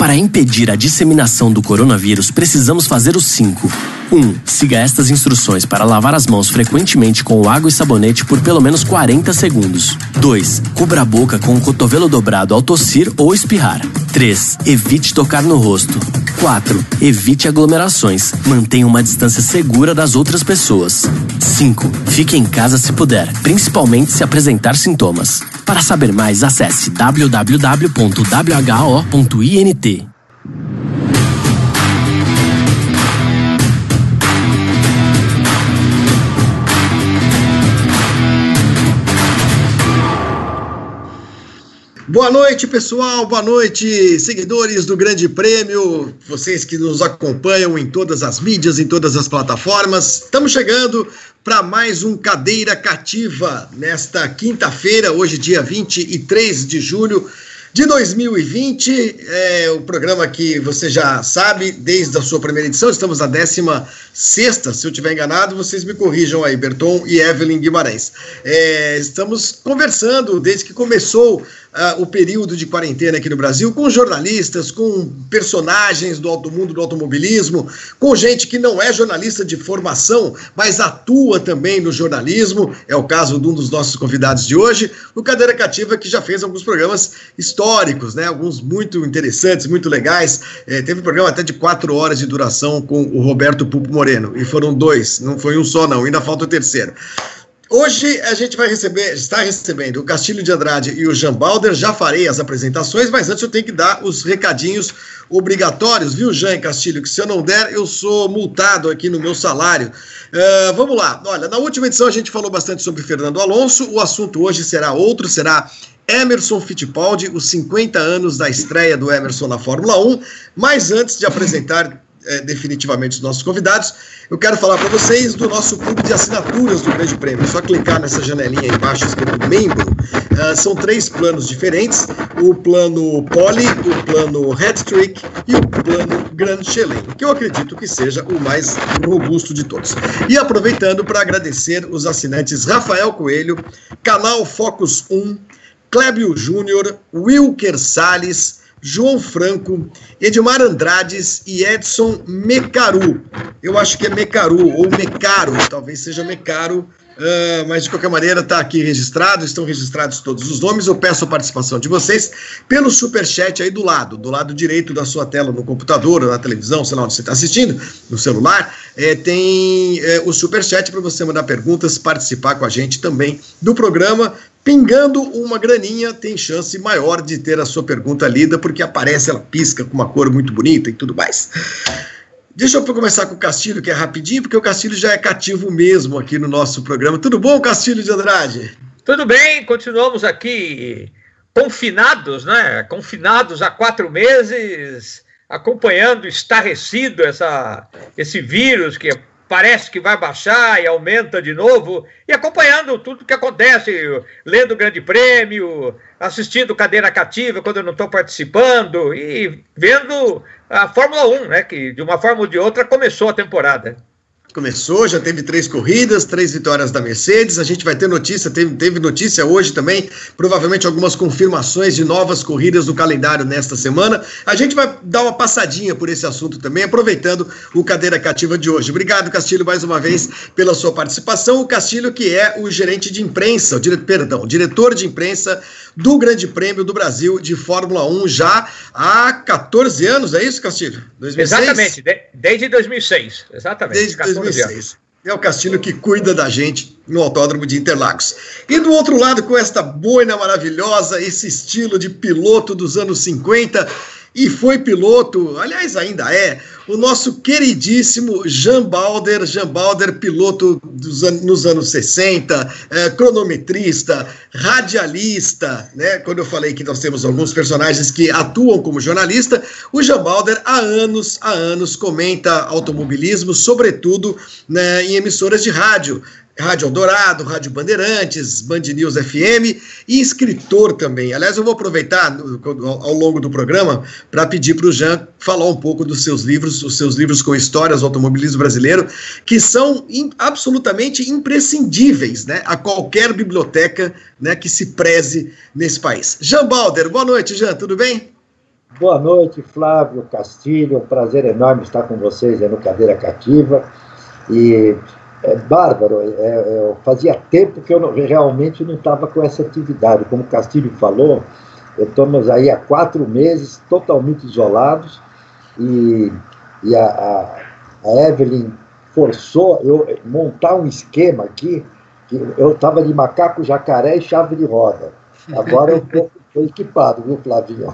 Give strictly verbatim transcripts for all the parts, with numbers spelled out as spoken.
Para impedir a disseminação do coronavírus, precisamos fazer os cinco. um. Siga estas instruções para lavar as mãos frequentemente com água e sabonete por pelo menos quarenta segundos. dois. Cubra a boca com o cotovelo dobrado ao tossir ou espirrar. três. Evite tocar no rosto. quatro. Evite aglomerações. Mantenha uma distância segura das outras pessoas. cinco. Fique em casa se puder, principalmente se apresentar sintomas. Para saber mais, acesse w w w ponto w h o ponto i n t. Boa noite, pessoal, boa noite, seguidores do Grande Prêmio, vocês que nos acompanham em todas as mídias, em todas as plataformas. Estamos chegando para mais um Cadeira Cativa nesta quinta-feira, hoje dia vinte e três de julho de dois mil e vinte, é o programa que você já sabe desde a sua primeira edição. Estamos na décima sexta, se eu estiver enganado, vocês me corrijam aí, Berton e Evelyn Guimarães. É, estamos conversando desde que começou Uh, o período de quarentena aqui no Brasil, com jornalistas, com personagens do alto mundo do automobilismo, com gente que não é jornalista de formação, mas atua também no jornalismo. É o caso de um dos nossos convidados de hoje, o Cadeira Cativa, que já fez alguns programas históricos, né? Alguns muito interessantes, muito legais. É, teve um programa até de quatro horas de duração com o Roberto Pupo Moreno, e foram dois, não foi um só não, ainda falta o terceiro. Hoje a gente vai receber, está recebendo o Castilho de Andrade e o Jean Balder. Já farei as apresentações, mas antes eu tenho que dar os recadinhos obrigatórios, viu, Jean e Castilho, que se eu não der, eu sou multado aqui no meu salário. Uh, vamos lá, olha, na última edição a gente falou bastante sobre Fernando Alonso, o assunto hoje será outro, será Emerson Fittipaldi, os cinquenta anos da estreia do Emerson na Fórmula um, mas antes de apresentar É, definitivamente os nossos convidados, eu quero falar para vocês do nosso clube de assinaturas do Grande Prêmio. É só clicar nessa janelinha aí embaixo escrito membro. Uh, são três planos diferentes: o plano Pole, o plano Hat-Trick e o plano Grand Chelem, que eu acredito que seja o mais robusto de todos. E aproveitando para agradecer os assinantes Rafael Coelho, Canal Focus um, Clébio Júnior, Wilker Salles, João Franco, Edmar Andrades e Edson Mecaru. Eu acho que é Mecaru ou Mecaro, talvez seja Mecaro, uh, mas de qualquer maneira está aqui registrado, estão registrados todos os nomes. Eu peço a participação de vocês pelo superchat aí do lado, do lado direito da sua tela, no computador, ou na televisão, sei lá onde você está assistindo, no celular, é, tem é, o superchat para você mandar perguntas, participar com a gente também do programa. Pingando uma graninha, tem chance maior de ter a sua pergunta lida, porque aparece, ela pisca com uma cor muito bonita e tudo mais. Deixa eu começar com o Castilho, que é rapidinho, porque o Castilho já é cativo mesmo aqui no nosso programa. Tudo bom, Castilho de Andrade? Tudo bem, continuamos aqui confinados, né? Confinados há quatro meses, acompanhando estarrecido essa, esse vírus que é parece que vai baixar e aumenta de novo, e acompanhando tudo que acontece, lendo o Grande Prêmio, assistindo Cadeira Cativa quando eu não estou participando, e vendo a Fórmula um, né, que de uma forma ou de outra começou a temporada. Começou, já teve três corridas, três vitórias da Mercedes. A gente vai ter notícia, teve, teve notícia hoje também, provavelmente algumas confirmações de novas corridas do calendário nesta semana. A gente vai dar uma passadinha por esse assunto também, aproveitando o Cadeira Cativa de hoje. Obrigado, Castilho, mais uma vez pela sua participação. O Castilho, que é o gerente de imprensa, o dire, perdão, diretor de imprensa do Grande Prêmio do Brasil de Fórmula um já há quatorze anos, é isso, Castilho? dois mil e seis? Exatamente, de, desde dois mil e seis, exatamente. Desde dois mil e seis. É o Castilho que cuida da gente no Autódromo de Interlagos. E do outro lado, com esta boina maravilhosa, esse estilo de piloto dos anos cinquenta, e foi piloto, aliás, ainda é, o nosso queridíssimo Jean Balder, Jean Balder, piloto dos an- nos anos sessenta, é, cronometrista, radialista, né? Quando eu falei que nós temos alguns personagens que atuam como jornalista, o Jean Balder há anos, há anos comenta automobilismo, sobretudo, né, em emissoras de rádio. Rádio Eldorado, Rádio Bandeirantes, Band News F M e escritor também. Aliás, eu vou aproveitar no, ao longo do programa para pedir para o Jean falar um pouco dos seus livros, os seus livros com histórias do automobilismo brasileiro, que são in, absolutamente imprescindíveis, né, a qualquer biblioteca, né, que se preze nesse país. Jean Balder, boa noite, Jean, tudo bem? Boa noite, Flávio, Castilho, um prazer enorme estar com vocês aí no Cadeira Cativa, e é bárbaro, é, eu fazia tempo que eu não, realmente não estava com essa atividade, como o Castilho falou, estamos aí há quatro meses totalmente isolados, e, e a, a, a Evelyn forçou eu montar um esquema aqui, que eu estava de macaco, jacaré e chave de roda. Agora eu estou equipado, viu, Flavinho?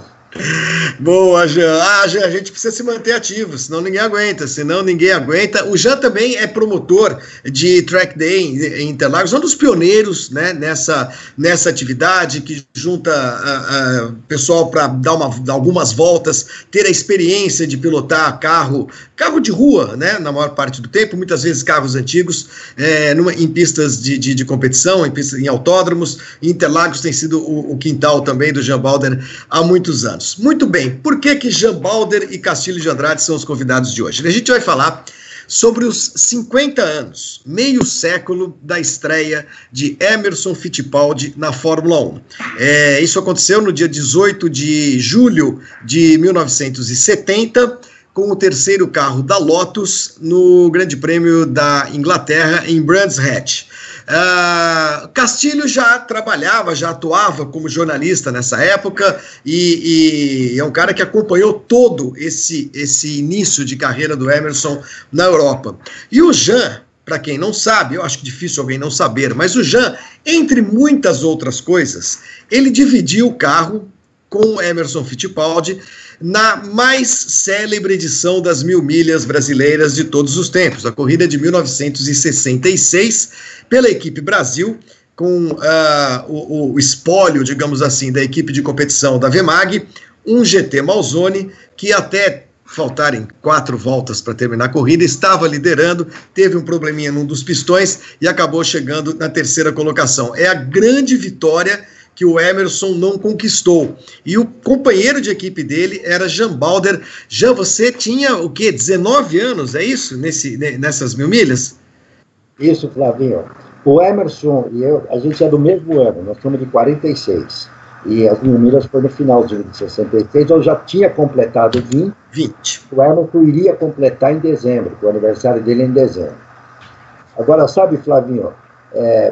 Boa, Jean. Ah, Jean, a gente precisa se manter ativo, senão ninguém aguenta, senão ninguém aguenta. O Jean também é promotor de Track Day em Interlagos, um dos pioneiros, né, nessa, nessa atividade que junta uh, uh, pessoal para dar, uma, dar algumas voltas, ter a experiência de pilotar carro, carro de rua, né, na maior parte do tempo, muitas vezes carros antigos, é, numa, em pistas de, de, de competição, em, pistas, em autódromos. Interlagos tem sido o, o quintal também do Jean Balder há muitos anos. Muito bem, por que que Jean Balder e Castilho de Andrade são os convidados de hoje? A gente vai falar sobre os cinquenta anos, meio século da estreia de Emerson Fittipaldi na Fórmula um. É, isso aconteceu no dia dezoito de julho de mil novecentos e setenta, com o terceiro carro da Lotus no Grande Prêmio da Inglaterra em Brands Hatch. Uh, Castilho já trabalhava, já atuava como jornalista nessa época e, e é um cara que acompanhou todo esse, esse início de carreira do Emerson na Europa. E o Jean, para quem não sabe, eu acho que é difícil alguém não saber, mas o Jean, entre muitas outras coisas, ele dividiu o carro com o Emerson Fittipaldi na mais célebre edição das mil milhas brasileiras de todos os tempos, a corrida de mil novecentos e sessenta e seis, pela equipe Brasil, com uh, o, o espólio, digamos assim, da equipe de competição da Vemag, um G T Malzone, que até faltarem quatro voltas para terminar a corrida, estava liderando, teve um probleminha num dos pistões e acabou chegando na terceira colocação. É a grande vitória que o Emerson não conquistou. E o companheiro de equipe dele era Jean Balder. Jean, você tinha o quê? dezenove anos, é isso? Nesse, nessas mil milhas? Isso, Flavinho. O Emerson e eu, a gente é do mesmo ano, nós somos de quarenta e seis. E as mil milhas foi no finalzinho de sessenta e seis, eu já tinha completado vinte. vinte. O Emerson iria completar em dezembro, porque o aniversário dele é em dezembro. Agora, sabe, Flavinho, é,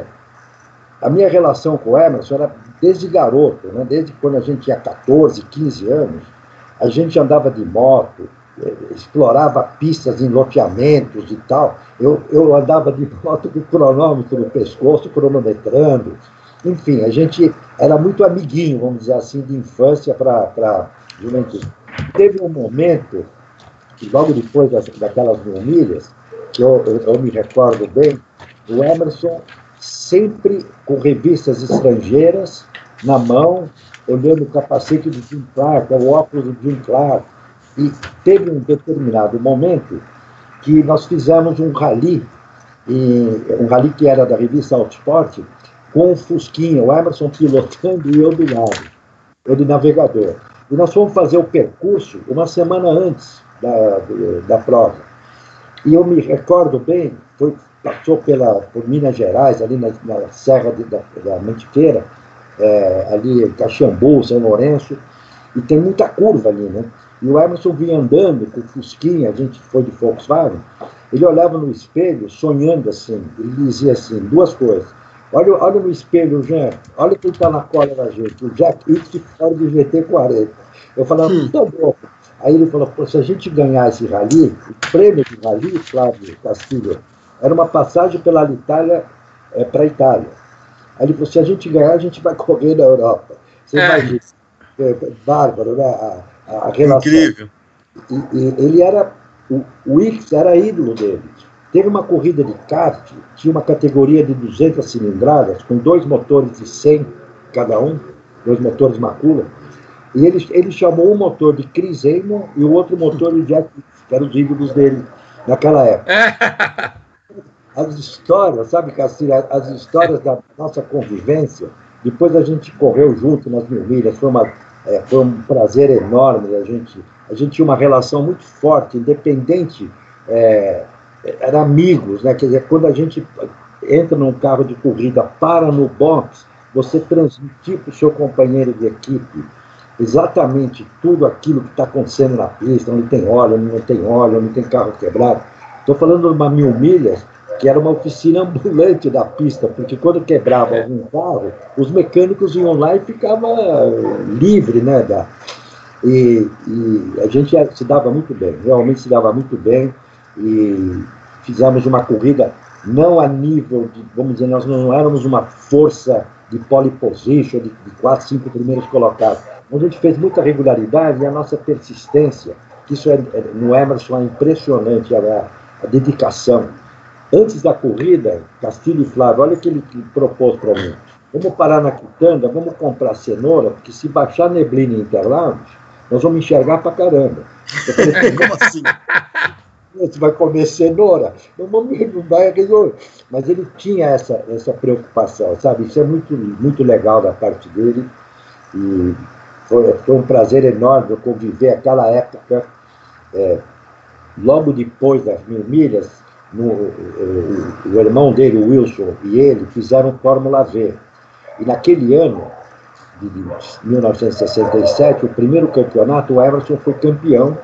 a minha relação com o Emerson era desde garoto, né? Desde quando a gente tinha quatorze, quinze anos, a gente andava de moto, explorava pistas em loteamentos e tal. Eu, eu andava de moto com o cronômetro no pescoço, cronometrando. Enfim, a gente era muito amiguinho, vamos dizer assim, de infância para juventude. Teve um momento, que logo depois das, daquelas mil milhas, que eu, eu, eu me recordo bem, o Emerson sempre com revistas estrangeiras na mão, olhando o capacete do Jim Clark, o óculos do Jim Clark, e teve um determinado momento que nós fizemos um rally, e, um rally que era da revista Autosport, com o Fusquinha, o Emerson pilotando e eu do lado, eu de navegador. E nós fomos fazer o percurso uma semana antes da, da prova. E eu me recordo bem, foi, passou pela, por Minas Gerais, ali na, na Serra de, da, da Mantiqueira, é, ali em Caxambu, São Lourenço, e tem muita curva ali, né? E o Emerson vinha andando com o Fusquinha, a gente foi de Volkswagen, ele olhava no espelho, sonhando assim, ele dizia assim, duas coisas. Olha, olha no espelho, Jean, olha quem está na cola da gente, o Jack Hicks fora do G T quarenta. Eu falava, hum. tá bom. Aí ele falou, pô, se a gente ganhar esse rally, o prêmio do rally, Flávio Castilho, era uma passagem pela Itália é, para a Itália. Aí ele falou, se a gente ganhar, a gente vai correr na Europa. Você é. Imagina, é, bárbaro, né? A, a relação. Incrível. E, e ele era, o, o Hicks era ídolo dele. Teve uma corrida de kart, tinha uma categoria de duzentas cilindradas, com dois motores de cem cada um, dois motores Macula, e ele, ele chamou um motor de Chris Amon e o outro motor de Jack Hicks, que eram os ídolos dele naquela época. As histórias, sabe, Castilho, as histórias da nossa convivência, depois a gente correu junto nas mil milhas, foi, uma, é, foi um prazer enorme, a gente, a gente tinha uma relação muito forte, independente, é, eram amigos, né? Quer dizer, quando a gente entra num carro de corrida, para no box, você transmitir para o seu companheiro de equipe exatamente tudo aquilo que está acontecendo na pista, onde tem óleo, onde não tem óleo, onde tem carro quebrado. Estou falando de uma mil milhas, que era uma oficina ambulante da pista, porque quando quebrava algum carro, os mecânicos iam lá e ficava livre, né? Da, e, e a gente se dava muito bem, realmente se dava muito bem, e fizemos uma corrida não a nível de, vamos dizer, nós não éramos uma força de pole position, de, de quatro, cinco primeiros colocados. A gente fez muita regularidade e a nossa persistência, que isso é, no Emerson é impressionante, a, a dedicação. Antes da corrida, Castilho e Flávio, olha o que ele propôs para mim. Vamos parar na quitanda, vamos comprar cenoura, porque se baixar neblina em Interlagos, nós vamos enxergar pra caramba. Eu falei, como assim? Você vai comer cenoura? Não, não vai resolver. Mas ele tinha essa, essa preocupação, sabe? Isso é muito, muito legal da parte dele. E foi, foi um prazer enorme eu conviver aquela época. É, logo depois das mil milhas, no, o, o irmão dele, o Wilson, e ele fizeram Fórmula V. E naquele ano, de mil novecentos e sessenta e sete, o primeiro campeonato, o Emerson foi campeão.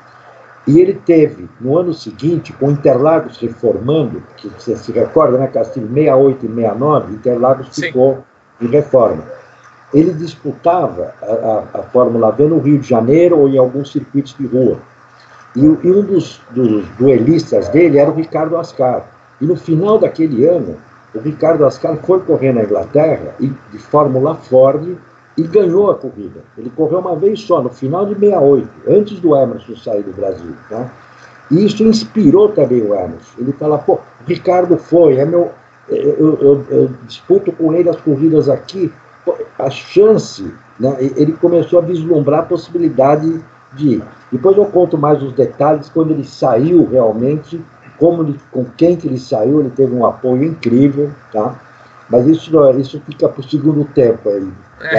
E ele teve, no ano seguinte, com Interlagos reformando, que você se recorda, né, Castilho, sessenta e oito e sessenta e nove, Interlagos Sim. ficou em reforma. Ele disputava a, a, a Fórmula V no Rio de Janeiro ou em alguns circuitos de rua. E, e um dos, dos duelistas dele era o Ricardo Ascar. E no final daquele ano, o Ricardo Ascar foi correr na Inglaterra, e, de Fórmula Ford, e ganhou a corrida. Ele correu uma vez só, no final de sessenta e oito, antes do Emerson sair do Brasil. Tá? E isso inspirou também o Emerson. Ele fala, pô, o Ricardo foi, é meu, eu, eu, eu disputo com ele as corridas aqui. Pô, a chance, né, ele começou a vislumbrar a possibilidade de ir. Depois eu conto mais os detalhes, quando ele saiu realmente, como ele, com quem que ele saiu, ele teve um apoio incrível, tá? Mas isso, isso fica para o segundo tempo aí.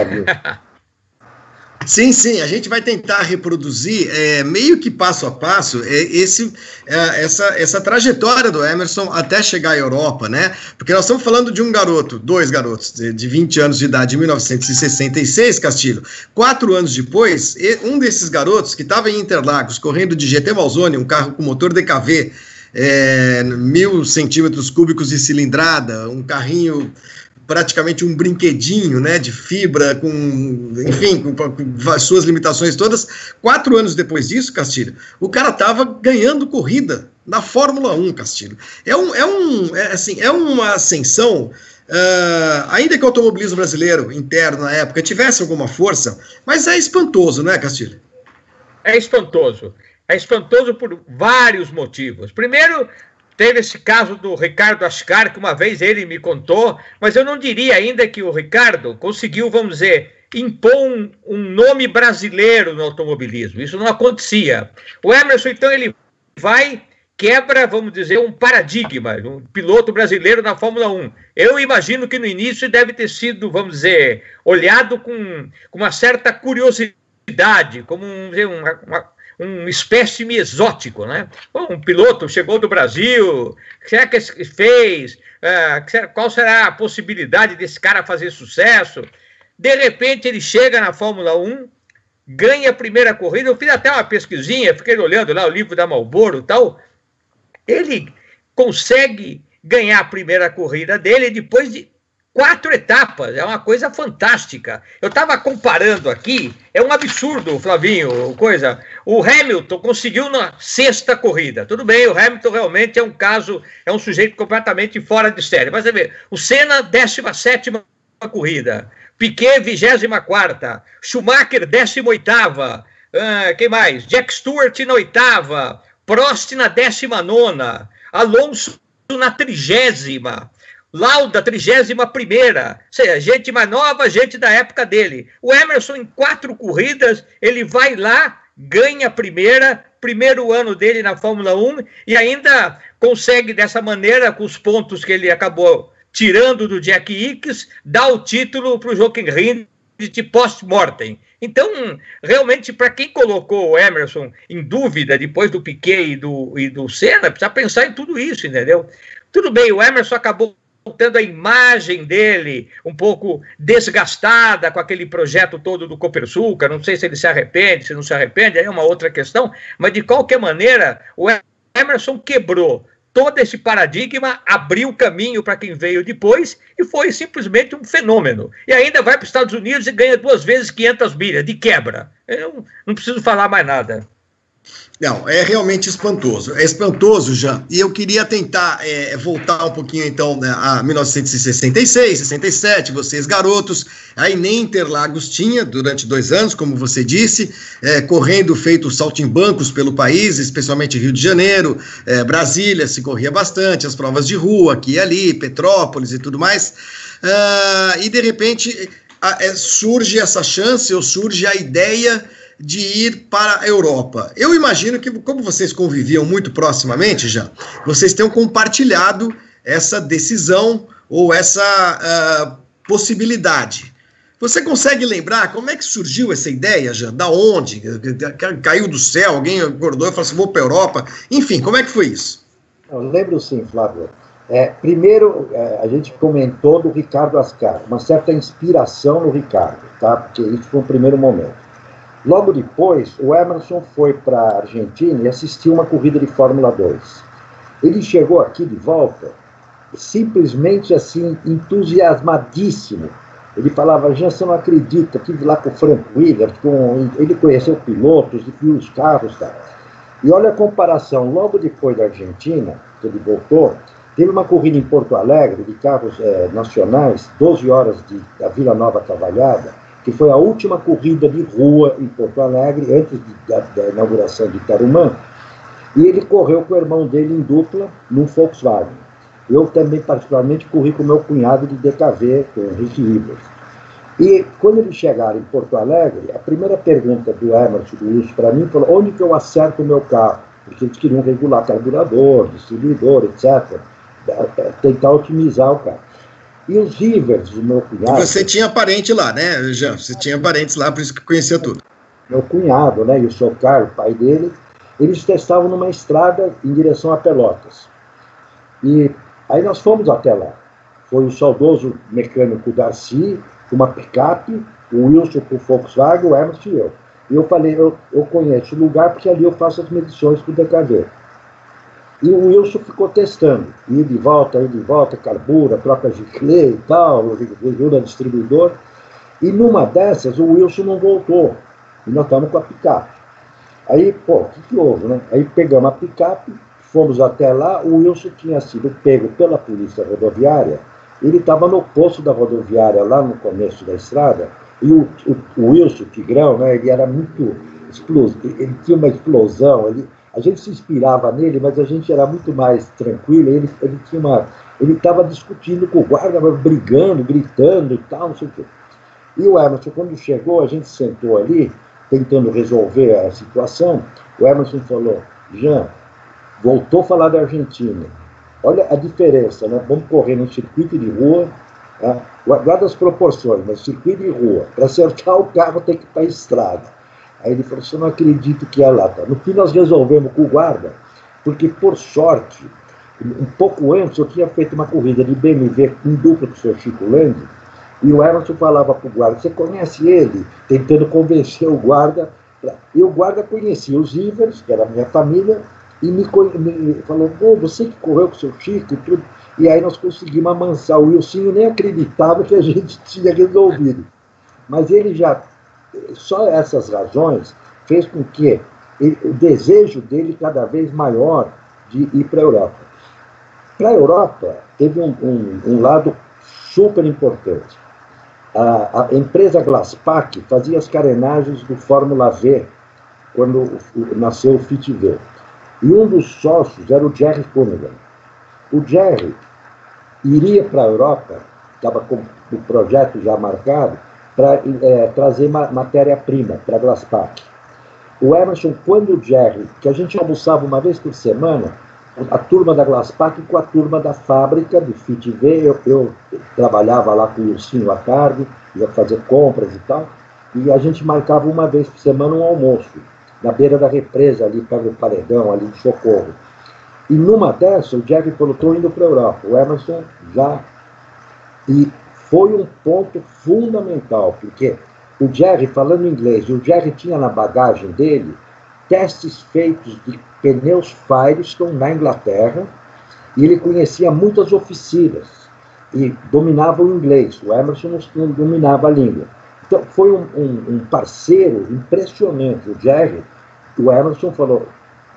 Sim, sim, a gente vai tentar reproduzir é, meio que passo a passo é, esse, é, essa, essa trajetória do Emerson até chegar à Europa, né? Porque nós estamos falando de um garoto, dois garotos de, de vinte anos de idade, em mil novecentos e sessenta e seis, Castilho. Quatro anos depois, um desses garotos que estava em Interlagos, correndo de G T Valzone, um carro com motor D K V, é, mil centímetros cúbicos de cilindrada, um carrinho praticamente um brinquedinho, né, de fibra, com, enfim, com, com as suas limitações todas. Quatro anos depois disso, Castilho, o cara estava ganhando corrida na Fórmula um, Castilho. É, um, é, um, é, assim, é uma ascensão, uh, ainda que o automobilismo brasileiro interno na época tivesse alguma força, mas é espantoso, não é, Castilho? É espantoso. É espantoso por vários motivos. Primeiro, teve esse caso do Ricardo Ascar, que uma vez ele me contou, mas eu não diria ainda que o Ricardo conseguiu, vamos dizer, impor um, um nome brasileiro no automobilismo. Isso não acontecia. O Emerson, então, ele vai, quebra, vamos dizer, um paradigma, um piloto brasileiro na Fórmula um. Eu imagino que no início deve ter sido, vamos dizer, olhado com, com uma certa curiosidade, como um, uma, uma um espécime exótico, né? Um piloto chegou do Brasil, o que será que fez? Uh, qual será a possibilidade desse cara fazer sucesso? De repente ele chega na Fórmula um, ganha a primeira corrida. Eu fiz até uma pesquisinha, fiquei olhando lá o livro da Marlboro e tal. Ele consegue ganhar a primeira corrida dele depois de quatro etapas, é uma coisa fantástica. Eu estava comparando aqui, é um absurdo, Flavinho, coisa. O Hamilton conseguiu na sexta corrida. Tudo bem, o Hamilton realmente é um caso, é um sujeito completamente fora de série. Mas você vê, o Senna, décima sétima corrida. Piquet, vigésima quarta. Schumacher, décima oitava. Ah, quem mais? Jack Stewart na oitava. Prost na décima nona. Alonso na trigésima. Lauda, trigésima primeira, ou seja, gente mais nova, gente da época dele. O Emerson, em quatro corridas, ele vai lá, ganha a primeira, primeiro ano dele na Fórmula um, e ainda consegue, dessa maneira, com os pontos que ele acabou tirando do Jack Ickx, dar o título para o Jochen Rindt post-mortem. Então, realmente, para quem colocou o Emerson em dúvida, depois do Piquet e do, e do Senna, precisa pensar em tudo isso, entendeu? Tudo bem, o Emerson acabou tendo a imagem dele um pouco desgastada com aquele projeto todo do Copersucar. Não sei se ele se arrepende, se não se arrepende, aí é uma outra questão, mas de qualquer maneira o Emerson quebrou todo esse paradigma, abriu caminho para quem veio depois e foi simplesmente um fenômeno. E ainda vai para os Estados Unidos e ganha duas vezes quinhentas milhas de quebra. Eu não preciso falar mais nada. Não, é realmente espantoso. É espantoso, Jean. E eu queria tentar é, voltar um pouquinho, então, né, a mil novecentos e sessenta e seis, sessenta e sete, vocês garotos. Aí nem Interlagos tinha, durante dois anos, como você disse, é, correndo feito saltimbancos pelo país, especialmente Rio de Janeiro, é, Brasília se corria bastante, as provas de rua aqui e ali, Petrópolis e tudo mais. Uh, e, de repente, a, é, surge essa chance, ou surge a ideia de ir para a Europa. Eu imagino que, como vocês conviviam muito proximamente, já, vocês tenham compartilhado essa decisão ou essa uh, possibilidade. Você consegue lembrar como é que surgiu essa ideia, já? Da onde? Caiu do céu? Alguém acordou e falou assim, vou para a Europa? Enfim, como é que foi isso? Eu lembro sim, Flávio. É, primeiro, é, a gente comentou do Ricardo Ascar, uma certa inspiração no Ricardo, tá? Porque isso foi o primeiro momento. Logo depois, o Emerson foi para a Argentina e assistiu uma corrida de Fórmula dois. Ele chegou aqui de volta, simplesmente assim, entusiasmadíssimo. Ele falava, Jean, você não acredita, tive lá com o Frank Williams, com... ele conheceu pilotos e viu os carros, tá? E olha a comparação, logo depois da Argentina, que ele voltou, teve uma corrida em Porto Alegre de carros é, nacionais, doze horas de, da Vila Nova Cavalhada, que foi a última corrida de rua em Porto Alegre, antes de, da, da inauguração de Tarumã, e ele correu com o irmão dele em dupla, num Volkswagen. Eu também, particularmente, corri com o meu cunhado de D K V, com o Rick Rivers. E quando eles chegaram em Porto Alegre, a primeira pergunta do Emerson, do Wilson, para mim, falou, onde que eu acerto o meu carro? Porque eles queriam regular carburador, distribuidor, etcétera, tentar otimizar o carro. E os Rivers, o meu cunhado... Você tinha parente lá, né, Jean? Você tinha parentes lá, por isso que conhecia tudo. Meu cunhado, né, e o seu Carlos, pai dele, eles estavam numa estrada em direção a Pelotas. E aí nós fomos até lá. Foi o saudoso mecânico Darcy, uma picape, o Wilson com o Volkswagen, o Emerson e eu. E eu falei, eu, eu conheço o lugar porque ali eu faço as medições com o D K V. E o Wilson ficou testando, ir de volta, ir de volta, carbura, troca de clé e tal, ajuda distribuidor. E numa dessas, o Wilson não voltou. E nós estávamos com a picape. Aí, pô, o que, que houve, né? Aí pegamos a picape, fomos até lá, o Wilson tinha sido pego pela polícia rodoviária, ele estava no posto da rodoviária, lá no começo da estrada, e o, o, o Wilson, Tigrão, né, ele era muito explosivo, ele tinha uma explosão, ele... A gente se inspirava nele, mas a gente era muito mais tranquilo. Ele ele tinha uma, ele estava discutindo com o guarda, brigando, gritando e tal, não sei o quê. E o Emerson, quando chegou, a gente sentou ali, tentando resolver a situação. O Emerson falou, Jean, voltou a falar da Argentina. Olha a diferença, né? Vamos correr num circuito de rua, né? Guarda as proporções, mas circuito de rua, para acertar o carro tem que ir para a estrada. Aí ele falou, você não acredita que é lá. Tá? No fim nós resolvemos com o guarda, porque por sorte, um pouco antes eu tinha feito uma corrida de B M W em dupla com o seu Chico Landi, e o Emerson falava para o guarda, você conhece ele? Tentando convencer o guarda. E o guarda conhecia os Rivers, que era a minha família, e me, me falou, pô, você que correu com o seu Chico e tudo. E aí nós conseguimos amansar. O Wilson nem acreditava que a gente tinha resolvido. Mas ele já... Só essas razões fez com que ele, o desejo dele cada vez maior de ir para a Europa. Para a Europa, teve um, um, um lado super importante. A, a empresa Glaspac fazia as carenagens do Fórmula V, quando o, o, nasceu o Fit V. E um dos sócios era o Jerry Cunningham. O Jerry iria para a Europa, estava com o projeto já marcado, para é, trazer ma matéria-prima para a Glaspac. O Emerson, quando o Jerry, que a gente almoçava uma vez por semana, a turma da Glaspac com a turma da fábrica do Fit V, eu, eu trabalhava lá com o Ursinho à tarde, ia fazer compras e tal, e a gente marcava uma vez por semana um almoço, na beira da represa ali, perto do paredão, ali de Socorro. E numa dessas, o Jerry falou, estou indo para a Europa. O Emerson já E foi um ponto fundamental, porque o Jerry, falando inglês, o Jerry tinha na bagagem dele testes feitos de pneus Firestone na Inglaterra, e ele conhecia muitas oficinas e dominava o inglês. O Emerson não dominava a língua. Então, foi um, um, um parceiro impressionante. O Jerry, o Emerson falou,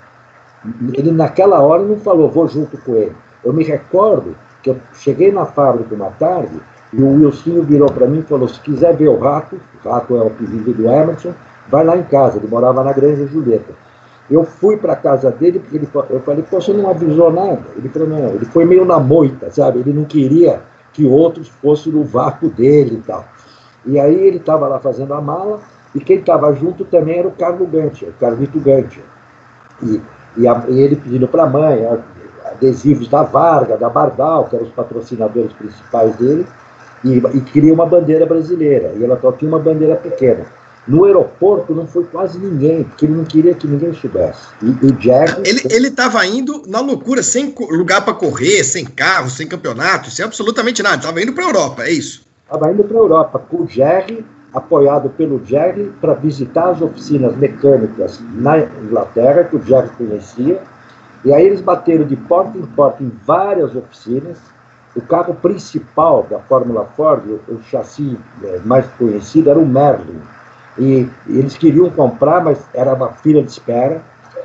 ele naquela hora não falou, vou junto com ele. Eu me recordo que eu cheguei na fábrica uma tarde e o Wilson virou para mim e falou, se quiser ver o Rato, o Rato é o apelido do Emerson, vai lá em casa. Ele morava na Granja Julieta. Eu fui para a casa dele, porque ele, eu falei, pô, você não avisou nada? Ele falou, não, ele foi meio na moita, sabe? Ele não queria que outros fossem no vácuo dele e tal. E aí ele estava lá fazendo a mala, e quem estava junto também era o Carlo Gantia, o Carlito Gantia. E, e, a, e ele pedindo para a mãe adesivos da Varga, da Bardal, que eram os patrocinadores principais dele, e, e queria uma bandeira brasileira, e ela só tinha uma bandeira pequena. No aeroporto não foi quase ninguém, porque ele não queria que ninguém soubesse. E o Jerry... Ele estava indo na loucura, sem lugar para correr, sem carro, sem campeonato, sem absolutamente nada. Estava indo para a Europa, é isso? Estava indo para a Europa, com o Jerry, apoiado pelo Jerry, para visitar as oficinas mecânicas na Inglaterra, que o Jerry conhecia. E aí eles bateram de porta em porta em várias oficinas. O carro principal da Fórmula Ford, o chassi mais conhecido, era o Merlin. E, e eles queriam comprar, mas era uma fila de espera.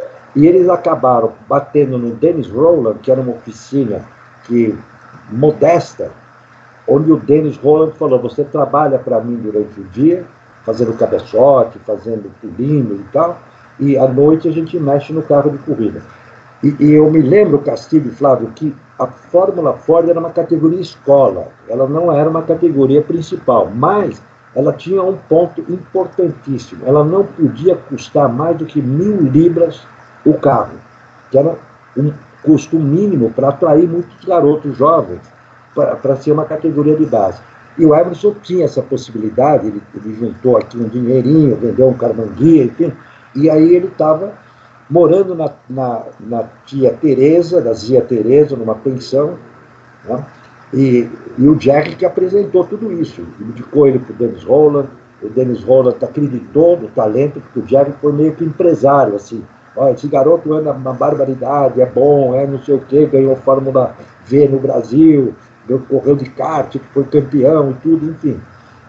E eles acabaram batendo no Dennis Rowland, que era uma oficina que, modesta, onde o Dennis Rowland falou, você trabalha para mim durante o dia, fazendo cabeçote, fazendo pulinho e tal, e à noite a gente mexe no carro de corrida. E, e eu me lembro, Castilho e Flávio, que a Fórmula Ford era uma categoria escola, ela não era uma categoria principal, mas ela tinha um ponto importantíssimo, ela não podia custar mais do que mil libras o carro, que era um custo mínimo para atrair muitos garotos jovens, para ser uma categoria de base. E o Emerson tinha essa possibilidade, ele, ele juntou aqui um dinheirinho, vendeu um carmanguia, enfim, e aí ele estava morando na, na, na tia Teresa, da Zia Teresa, numa pensão, né? e, e o Jerry que apresentou tudo isso, indicou ele para o Dennis Rowland, o Dennis Rowland acreditou no talento, porque o Jerry foi meio que empresário, assim, ó, esse garoto anda uma barbaridade, é bom, é não sei o quê, ganhou Fórmula V no Brasil, correu de kart, que foi campeão e tudo, enfim. O,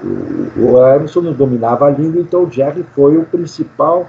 o, o Emerson não dominava a língua, então o Jerry foi o principal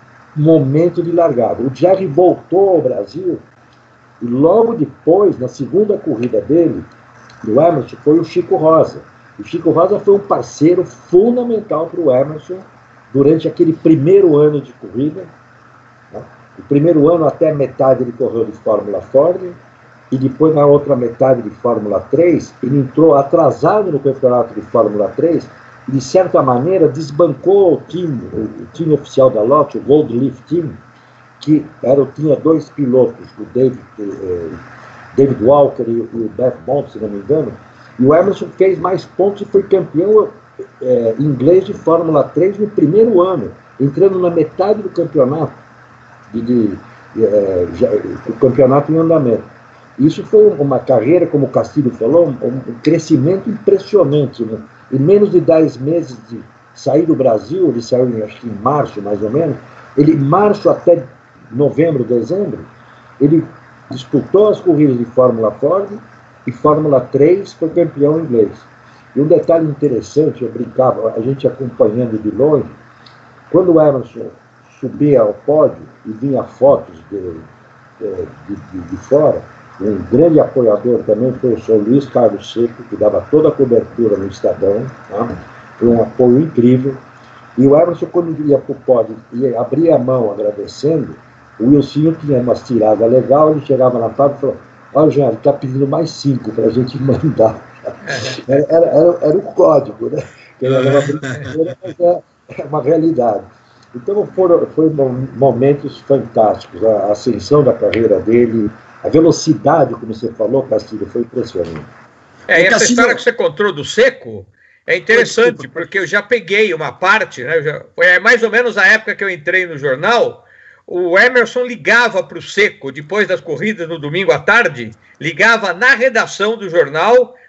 momento de largada. O Jerry voltou ao Brasil e logo depois, na segunda corrida dele, do Emerson, foi o Chico Rosa. O Chico Rosa foi um parceiro fundamental para o Emerson durante aquele primeiro ano de corrida. Né? O primeiro ano até metade ele correu de Fórmula Ford, e depois, na outra metade de Fórmula três, ele entrou atrasado no campeonato de Fórmula três e, de certa maneira, desbancou o time, o time oficial da Lotte, o Gold Leaf Team, que era, tinha dois pilotos, o David, eh, David Walker e, e o Beth Bond, se não me engano, e o Emerson fez mais pontos e foi campeão eh, inglês de Fórmula três no primeiro ano, entrando na metade do campeonato, de, de, eh, já, o campeonato em andamento. Isso foi uma carreira, como o Castilho falou, um crescimento impressionante. Né? Em menos de dez meses de sair do Brasil, ele saiu acho que em março, mais ou menos, ele, em março até novembro, dezembro, ele disputou as corridas de Fórmula Ford e Fórmula três foi campeão inglês. E um detalhe interessante, eu brincava, a gente acompanhando de longe, quando o Emerson subia ao pódio e vinha fotos de, de, de, de fora, um grande apoiador também foi o senhor Luiz Carlos Seco, que dava toda a cobertura no Estadão, tá? Foi um apoio incrível. E o Emerson, quando ia para o pódio e abria a mão agradecendo, o Wilson tinha umas tiradas legais, ele chegava na fábrica e falou, olha, Jean, ele está pedindo mais cinco para a gente mandar. Era, era, era, era um código, né? Era uma brincadeira, mas é, é uma realidade. Então foram, foram momentos fantásticos, a ascensão da carreira dele, a velocidade, como você falou, Castilho, foi impressionante. É, e essa Castilho... história que você contou do Seco é interessante, porque eu já peguei uma parte, né, já, foi mais ou menos a época que eu entrei no jornal, o Emerson ligava para o Seco, depois das corridas no domingo à tarde, ligava na redação do jornal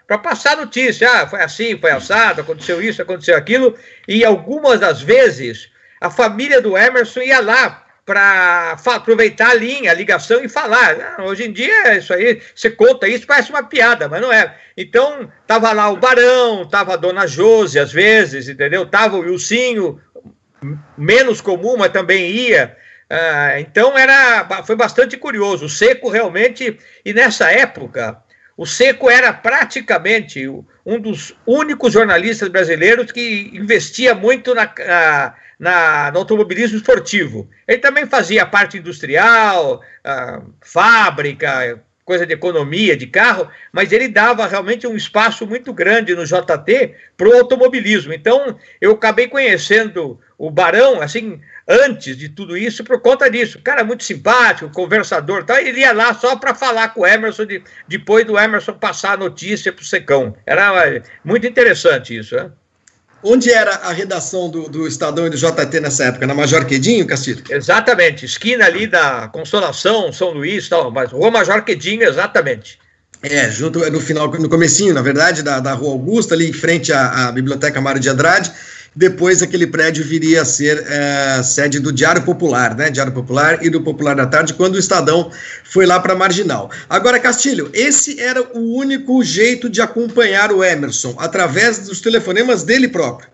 para passar notícia. Ah, foi assim, foi assado, aconteceu isso, aconteceu aquilo. E algumas das vezes, a família do Emerson ia lá para aproveitar a linha, a ligação e falar. Ah, hoje em dia, isso aí, você conta isso, parece uma piada, mas não é. Então, tava lá o Barão, tava a Dona Josi, às vezes, entendeu? Tava o Wilsinho, menos comum, mas também ia. Ah, então, era, foi bastante curioso. O Seco realmente, e nessa época, o Seco era praticamente um dos únicos jornalistas brasileiros que investia muito na... na Na, no automobilismo esportivo. Ele também fazia parte industrial, ah, fábrica, coisa de economia, de carro, mas ele dava realmente um espaço muito grande no J T para o automobilismo. Então, eu acabei conhecendo o Barão, assim, antes de tudo isso, por conta disso. Cara muito simpático, conversador, tá? Ele ia lá só para falar com o Emerson, de, depois do Emerson passar a notícia para o Secão. Era muito interessante isso, né? Onde era a redação do, do Estadão e do J T nessa época? Na Major Quedinho, Castilho? Exatamente, esquina ali da Consolação, São Luís, tal, mas Rua Major Quedinho, exatamente. É, junto no final, no comecinho, na verdade, da, da Rua Augusta, ali em frente à, à Biblioteca Mário de Andrade. Depois aquele prédio viria a ser é, sede do Diário Popular, né? Diário Popular e do Popular da Tarde, quando o Estadão foi lá para Marginal. Agora, Castilho, esse era o único jeito de acompanhar o Emerson, através dos telefonemas dele próprio.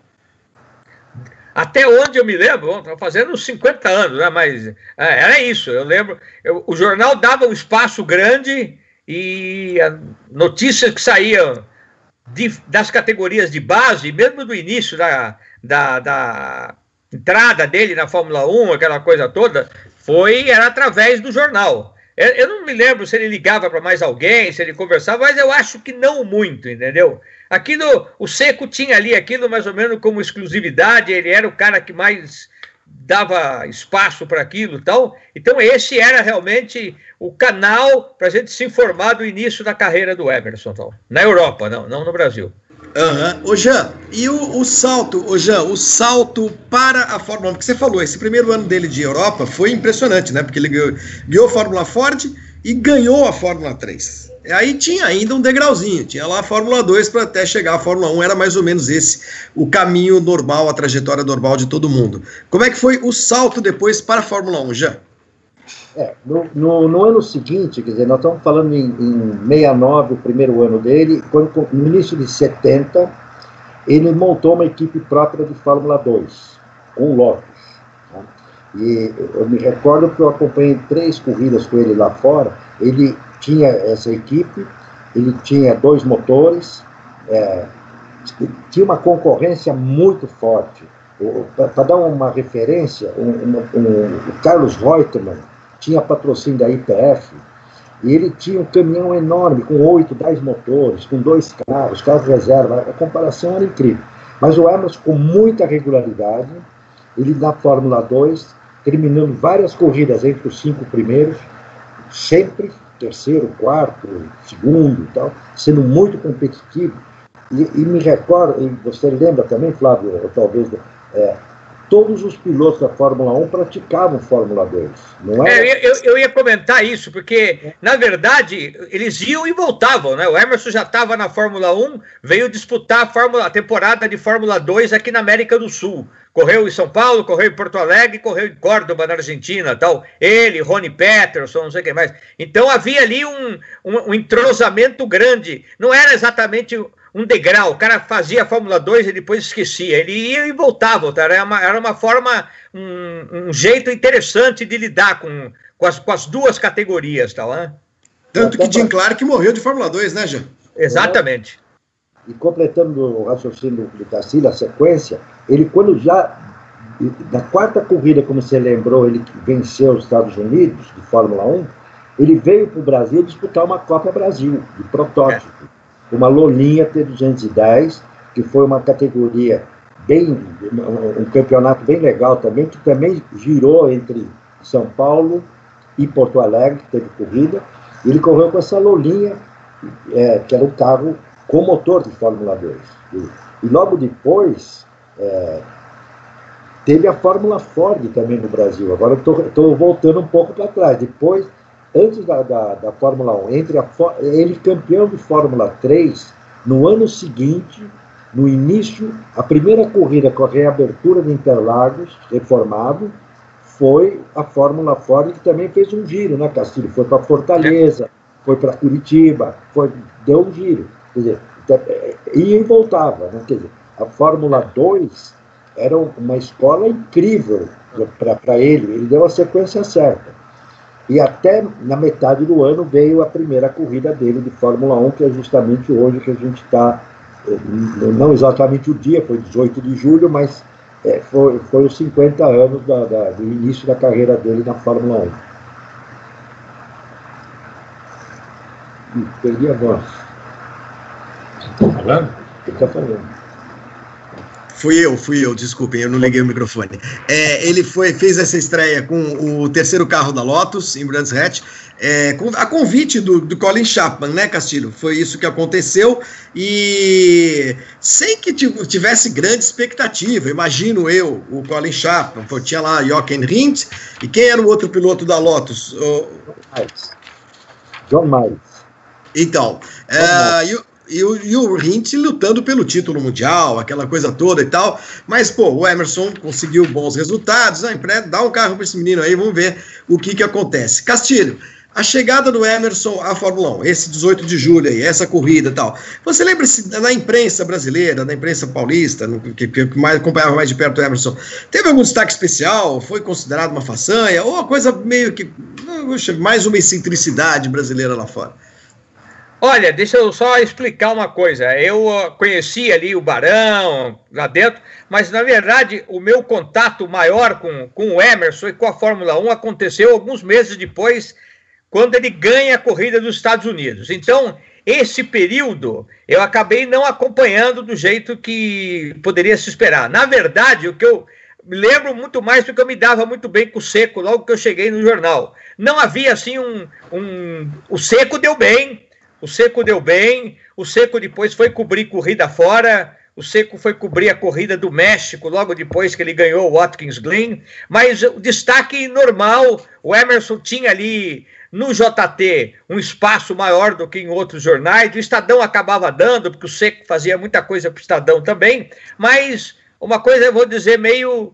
Até onde eu me lembro, estou fazendo uns cinquenta anos, né? Mas é, era isso, eu lembro. Eu, o jornal dava um espaço grande e a notícias que saíam de, das categorias de base, mesmo do início da, da, da entrada dele na Fórmula um, aquela coisa toda, foi, era através do jornal. Eu, eu não me lembro se ele ligava para mais alguém, se ele conversava, mas eu acho que não muito, entendeu? Aquilo, o Seco tinha ali aquilo mais ou menos como exclusividade, ele era o cara que mais dava espaço para aquilo e tal. Então esse era realmente o canal para a gente se informar do início da carreira do Emerson, tal. Na Europa, não, não no Brasil. Uhum. Ô Jean, e o, o salto, ô Jean, o salto para a Fórmula um, porque você falou, esse primeiro ano dele de Europa foi impressionante, né? Porque ele ganhou, ganhou a Fórmula Ford e ganhou a Fórmula três. Aí tinha ainda um degrauzinho, tinha lá a Fórmula dois para até chegar à Fórmula um, era mais ou menos esse o caminho normal, a trajetória normal de todo mundo. Como é que foi o salto depois para a Fórmula um, Jean? É, no, no, no ano seguinte, quer dizer, nós estamos falando em, em sessenta e nove, o primeiro ano dele, quando, no início de setenta, ele montou uma equipe própria de Fórmula dois, com o Lotus. Né? E eu me recordo que eu acompanhei três corridas com ele lá fora. Ele tinha essa equipe, ele tinha dois motores, é, tinha uma concorrência muito forte. Para dar uma referência, um, um, um, o Carlos Reutemann tinha patrocínio da I P F, e ele tinha um caminhão enorme, com oito, dez motores, com dois carros, carros reserva, a comparação era incrível. Mas o Emerson, com muita regularidade, ele na Fórmula dois, terminando várias corridas entre os cinco primeiros, sempre terceiro, quarto, segundo e tal, sendo muito competitivo. E, e me recordo, e você lembra também, Flávio, ou talvez, é, todos os pilotos da Fórmula um praticavam Fórmula dois, não é? é eu, eu ia comentar isso, porque, na verdade, eles iam e voltavam, né? O Emerson já estava na Fórmula um, veio disputar a, Fórmula, a temporada de Fórmula dois aqui na América do Sul. Correu em São Paulo, correu em Porto Alegre, correu em Córdoba, na Argentina, tal. Ele, Ronnie Peterson, não sei o que mais. Então havia ali um, um, um entrosamento grande. Não era exatamente um degrau. O cara fazia a Fórmula dois e depois esquecia. Ele ia e voltava. Tá? Era, uma, era uma forma, um, um jeito interessante de lidar com, com, as, com as duas categorias. Tal, né? Tanto que Jim Clark morreu de Fórmula dois, né, Jean? Exatamente. E completando o raciocínio do Castilho, a sequência, ele quando já, na quarta corrida, como você lembrou, ele venceu os Estados Unidos, de Fórmula um, ele veio para o Brasil disputar uma Copa Brasil, de protótipo, é. uma Lolinha T duzentos e dez, que foi uma categoria bem, um campeonato bem legal também, que também girou entre São Paulo e Porto Alegre, que teve corrida, e ele correu com essa Lolinha, é, que era um carro com motor de Fórmula dois. E, e logo depois, é, teve a Fórmula Ford também no Brasil. Agora eu estou voltando um pouco para trás. Depois, antes da, da, da Fórmula um, entre a, ele campeão de Fórmula três No ano seguinte, no início, a primeira corrida com a reabertura de Interlagos, reformado, foi a Fórmula Ford, que também fez um giro, né, Castilho? Foi para Fortaleza, foi para Curitiba, foi, deu um giro. Quer dizer, ia e voltava, né? Quer dizer, a Fórmula dois era uma escola incrível para ele, ele deu a sequência certa. E até na metade do ano veio a primeira corrida dele de Fórmula um, que é justamente hoje que a gente está, não exatamente o dia, foi dezoito de julho, mas é, foi, foi os cinquenta anos da, da, do início da carreira dele na Fórmula um. Ih, perdi a voz. Está falando? Ele está falando. Fui eu, fui eu, desculpem, eu não liguei o microfone. É, ele foi, fez essa estreia com o terceiro carro da Lotus, em Brands Hatch, é, com, a convite do, do Colin Chapman, né, Castilho? Foi isso que aconteceu, e sem que tivesse grande expectativa, imagino eu, o Colin Chapman, tinha lá Jochen Rindt, e quem era o outro piloto da Lotus? O... John Miles. Então, é, e o E o, e o Rindt lutando pelo título mundial, aquela coisa toda e tal, mas, pô, o Emerson conseguiu bons resultados, né? Dá um carro para esse menino aí, vamos ver o que que acontece. Castilho, a chegada do Emerson à Fórmula um, esse dezoito de julho aí, essa corrida e tal, você lembra-se na imprensa brasileira, na imprensa paulista, no, que, que mais, acompanhava mais de perto o Emerson, teve algum destaque especial? Foi considerado uma façanha? Ou uma coisa meio que, mais uma excentricidade brasileira lá fora? Olha, deixa eu só explicar uma coisa. Eu conheci ali o Barão lá dentro, mas na verdade o meu contato maior com, com o Emerson e com a Fórmula um aconteceu alguns meses depois, quando ele ganha a corrida dos Estados Unidos. Então, esse período eu acabei não acompanhando do jeito que poderia se esperar. Na verdade, o que eu me lembro muito mais porque eu me dava muito bem com o Seco logo que eu cheguei no jornal. Não havia assim um... um... O Seco deu bem. O Seco deu bem, o Seco depois foi cobrir corrida fora, o Seco foi cobrir a corrida do México, logo depois que ele ganhou o Watkins Glen, mas o destaque normal, o Emerson tinha ali no J T um espaço maior do que em outros jornais, o Estadão acabava dando, porque o Seco fazia muita coisa para o Estadão também, mas uma coisa eu vou dizer meio...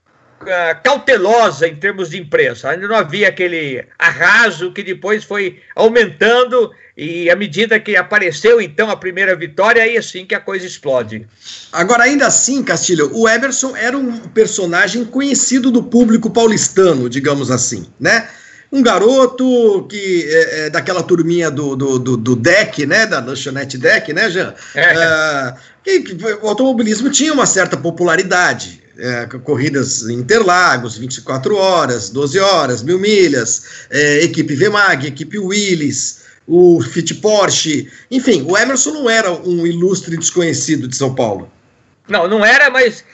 Uh, cautelosa em termos de imprensa, ainda não havia aquele arraso que depois foi aumentando e à medida que apareceu então a primeira vitória, aí assim que a coisa explode. Agora ainda assim, Castilho, o Emerson era um personagem conhecido do público paulistano, digamos assim, né? Um garoto que é, é daquela turminha do, do, do, do D E C, né? Da lanchonete D E C, né, Jean? É. Uh, que, que, o automobilismo tinha uma certa popularidade. É, corridas em Interlagos, vinte e quatro horas, doze horas, mil milhas, é, equipe V MAG, equipe Willys, o Fit Porsche, enfim, o Emerson não era um ilustre desconhecido de São Paulo. Não, não era, mas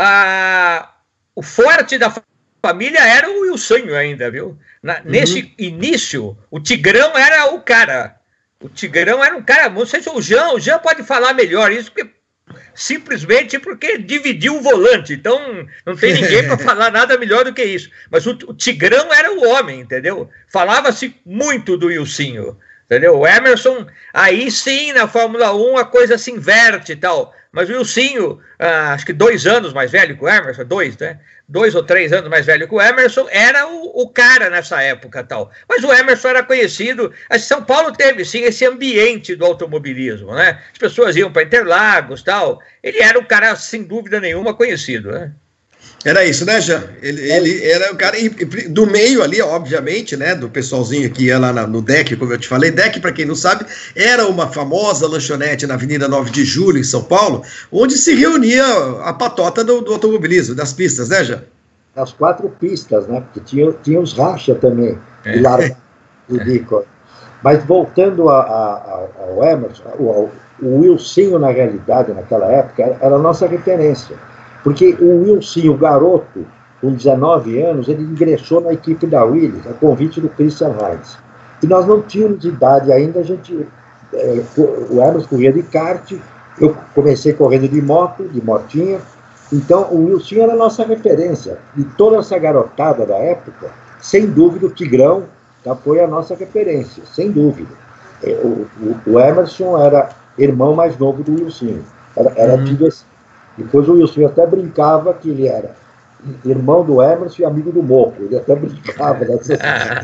ah, o forte da família era o Wilson ainda, viu? Na, uhum. Nesse início, o Tigrão era o cara. O Tigrão era um cara, não sei se o Jean, o Jean pode falar melhor isso, porque simplesmente porque dividiu o volante, então não tem ninguém para falar nada melhor do que isso, mas o, o Tigrão era o homem, entendeu? Falava-se muito do Wilsinho, entendeu? O Emerson, aí sim, na Fórmula um a coisa se inverte e tal, mas o Wilsinho, ah, acho que dois anos mais velho que o Emerson, dois, né? Dois ou três anos mais velho que o Emerson, era o, o cara nessa época tal. Mas o Emerson era conhecido. São Paulo teve, sim, esse ambiente do automobilismo, né? As pessoas iam para Interlagos tal. Ele era um cara, sem dúvida nenhuma, conhecido, né? Era isso, né, Jean? Ele, ele era o cara do meio ali, obviamente, né, do pessoalzinho que ia lá no D E C, como eu te falei. D E C, para quem não sabe, era uma famosa lanchonete na Avenida nove de julho, em São Paulo, onde se reunia a patota do, do automobilismo, das pistas, né, Jean? As quatro pistas, né, porque tinha, tinha os racha também, é. de larga, ridículo. Mas voltando a, a, ao Emerson, o, o Wilsinho, na realidade, naquela época, era, era a nossa referência. Porque o Wilson, o garoto, com dezenove anos, ele ingressou na equipe da Willys, a convite do Christian Heinz. E nós não tínhamos idade ainda, a gente, é, o Emerson corria de kart, eu comecei correndo de moto, de motinha, então o Wilson era a nossa referência. E toda essa garotada da época, sem dúvida, o Tigrão tá, foi a nossa referência, sem dúvida. O, o, o Emerson era irmão mais novo do Wilsinho. Era, era uhum. tido assim. Depois o Wilsinho até brincava que ele era irmão do Emerson e amigo do Moco. Ele até brincava dessas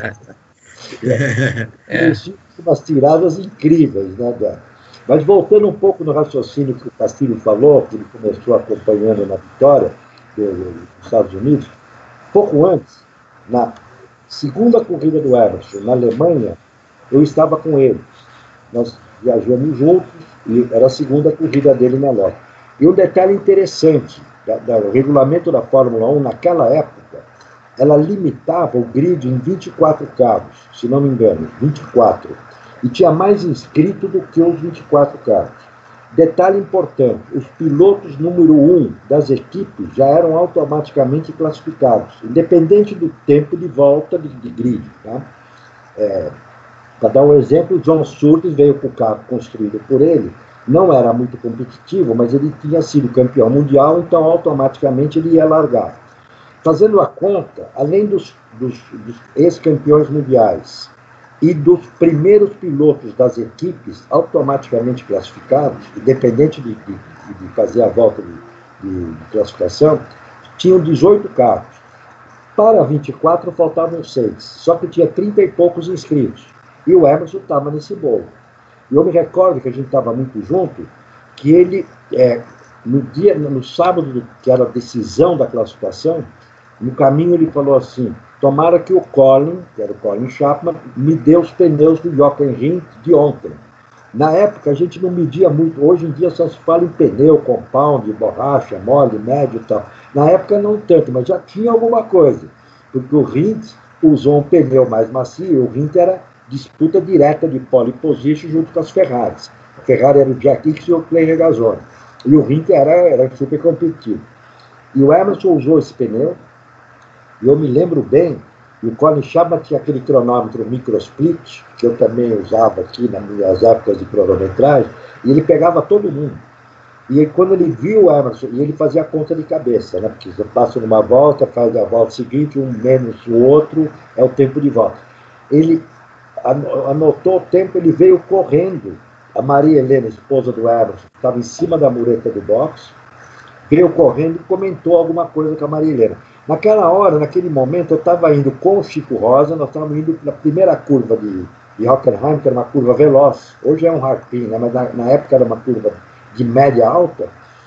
é. é. Wilsinho tinha umas tiradas incríveis, né, da... Mas voltando um pouco no raciocínio que o Castilho falou, que ele começou acompanhando na vitória dos Estados Unidos, pouco antes, na segunda corrida do Emerson, na Alemanha, eu estava com ele. Nós viajamos juntos e era a segunda corrida dele na loja. E um detalhe interessante da, da, do regulamento da Fórmula um, naquela época, ela limitava o grid em vinte e quatro carros, se não me engano, vinte e quatro. E tinha mais inscrito do que os vinte e quatro carros. Detalhe importante, os pilotos número um das equipes já eram automaticamente classificados, independente do tempo de volta de, de grid. Tá? É, para dar um exemplo, o John Surtees veio com o carro construído por ele, não era muito competitivo, mas ele tinha sido campeão mundial, então automaticamente ele ia largar. Fazendo a conta, além dos, dos, dos ex-campeões mundiais e dos primeiros pilotos das equipes automaticamente classificados, independente de, de, de fazer a volta de, de, de classificação, tinham dezoito carros. Para vinte e quatro faltavam seis, só que tinha trinta e poucos inscritos. E o Emerson estava nesse bolo. E eu me recordo que a gente estava muito junto, que ele, é, no dia, no sábado, que era a decisão da classificação, no caminho ele falou assim: tomara que o Colin, que era o Colin Chapman, me dê os pneus do Jochen Rindt de ontem. Na época a gente não media muito, hoje em dia só se fala em pneu, compound, borracha, mole, médio e tal. Na época não tanto, mas já tinha alguma coisa, porque o Rindt usou um pneu mais macio, e o Rindt era disputa direta de pole position junto com as Ferraris. A Ferrari era o Jack Hicks e o Clay Regazzoni. E o Rindt era, era super competitivo. E o Emerson usou esse pneu. E eu me lembro bem, e o Colin Chapman tinha aquele cronômetro microsplit, que eu também usava aqui nas minhas épocas de cronometragem, e ele pegava todo mundo. E aí, quando ele viu o Emerson, e ele fazia a conta de cabeça, né? Porque você passa numa volta, faz a volta seguinte, um menos o outro, é o tempo de volta. Ele anotou o tempo, ele veio correndo. A Maria Helena, esposa do Emerson, estava em cima da mureta do box, veio correndo e comentou alguma coisa com a Maria Helena. Naquela hora, naquele momento, eu estava indo com o Chico Rosa, nós estávamos indo na primeira curva de, de Hockenheim, que era uma curva veloz. Hoje é um hairpin, né? Mas na, na época era uma curva de média alta.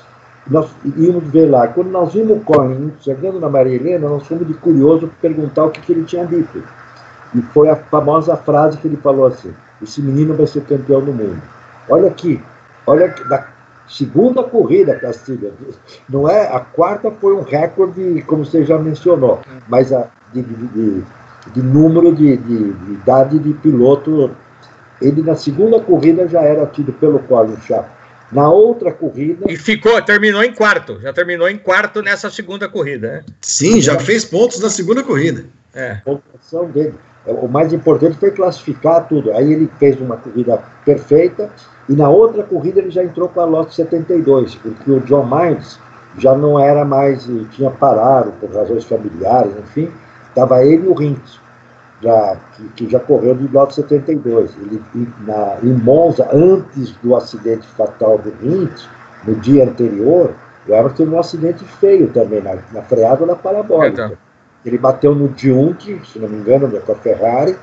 Nós íamos ver lá. Quando nós vimos o Colin chegando na Maria Helena, nós fomos de curioso perguntar o que, que ele tinha dito. E foi a famosa frase que ele falou assim: esse menino vai ser campeão do mundo. Olha aqui, olha aqui, da segunda corrida, Castilho, não é? A quarta foi um recorde, como você já mencionou, mas a, de, de, de número de, de, de idade de piloto, ele na segunda corrida já era tido pelo Colin Chapman. Na outra corrida... E ficou, terminou em quarto, já terminou em quarto nessa segunda corrida, né? Sim, já fez pontos na segunda corrida. É. A pontuação dele. O mais importante foi classificar tudo. Aí ele fez uma corrida perfeita, e na outra corrida ele já entrou com a Lotus setenta e dois, porque o John Miles já não era mais, tinha parado por razões familiares, enfim, estava ele e o Rindt, já, que, que já correu de Lotus setenta e dois. Ele, na, em Monza, antes do acidente fatal do Rindt, no dia anterior, o Emerson teve um acidente feio também, na, na freada da parabólica. Então. Ele bateu no Giunti, se não me engano, com a Ferrari,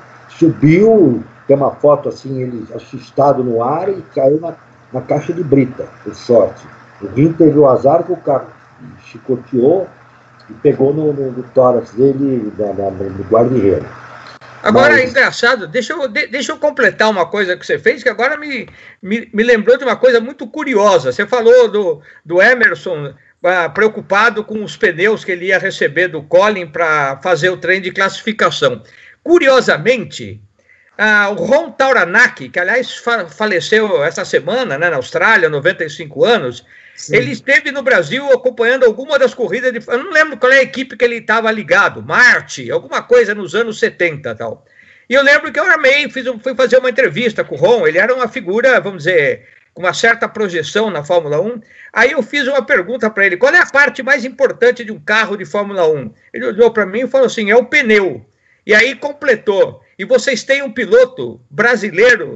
subiu, tem uma foto assim, ele assustado no ar e caiu na, na caixa de brita, por sorte. O Rindt teve o azar que o carro chicoteou e pegou no, no, no tórax dele, na, na, no guarda-reio. Agora, Mas... é engraçado, deixa eu, de, deixa eu completar uma coisa que você fez, que agora me, me, me lembrou de uma coisa muito curiosa. Você falou do, do Emerson... preocupado com os pneus que ele ia receber do Colin para fazer o trem de classificação. Curiosamente, ah, o Ron Tauranak, que aliás fa faleceu essa semana, né, na Austrália, noventa e cinco anos, sim, ele esteve no Brasil acompanhando alguma das corridas, de, eu não lembro qual é a equipe que ele estava ligado, Marte, alguma coisa nos anos setenta e tal. E eu lembro que eu amei, fiz, fui fazer uma entrevista com o Ron, ele era uma figura, vamos dizer... com uma certa projeção na Fórmula um, aí eu fiz uma pergunta para ele, qual é a parte mais importante de um carro de Fórmula um? Ele olhou para mim e falou assim, é o pneu. E aí completou, e vocês têm um piloto brasileiro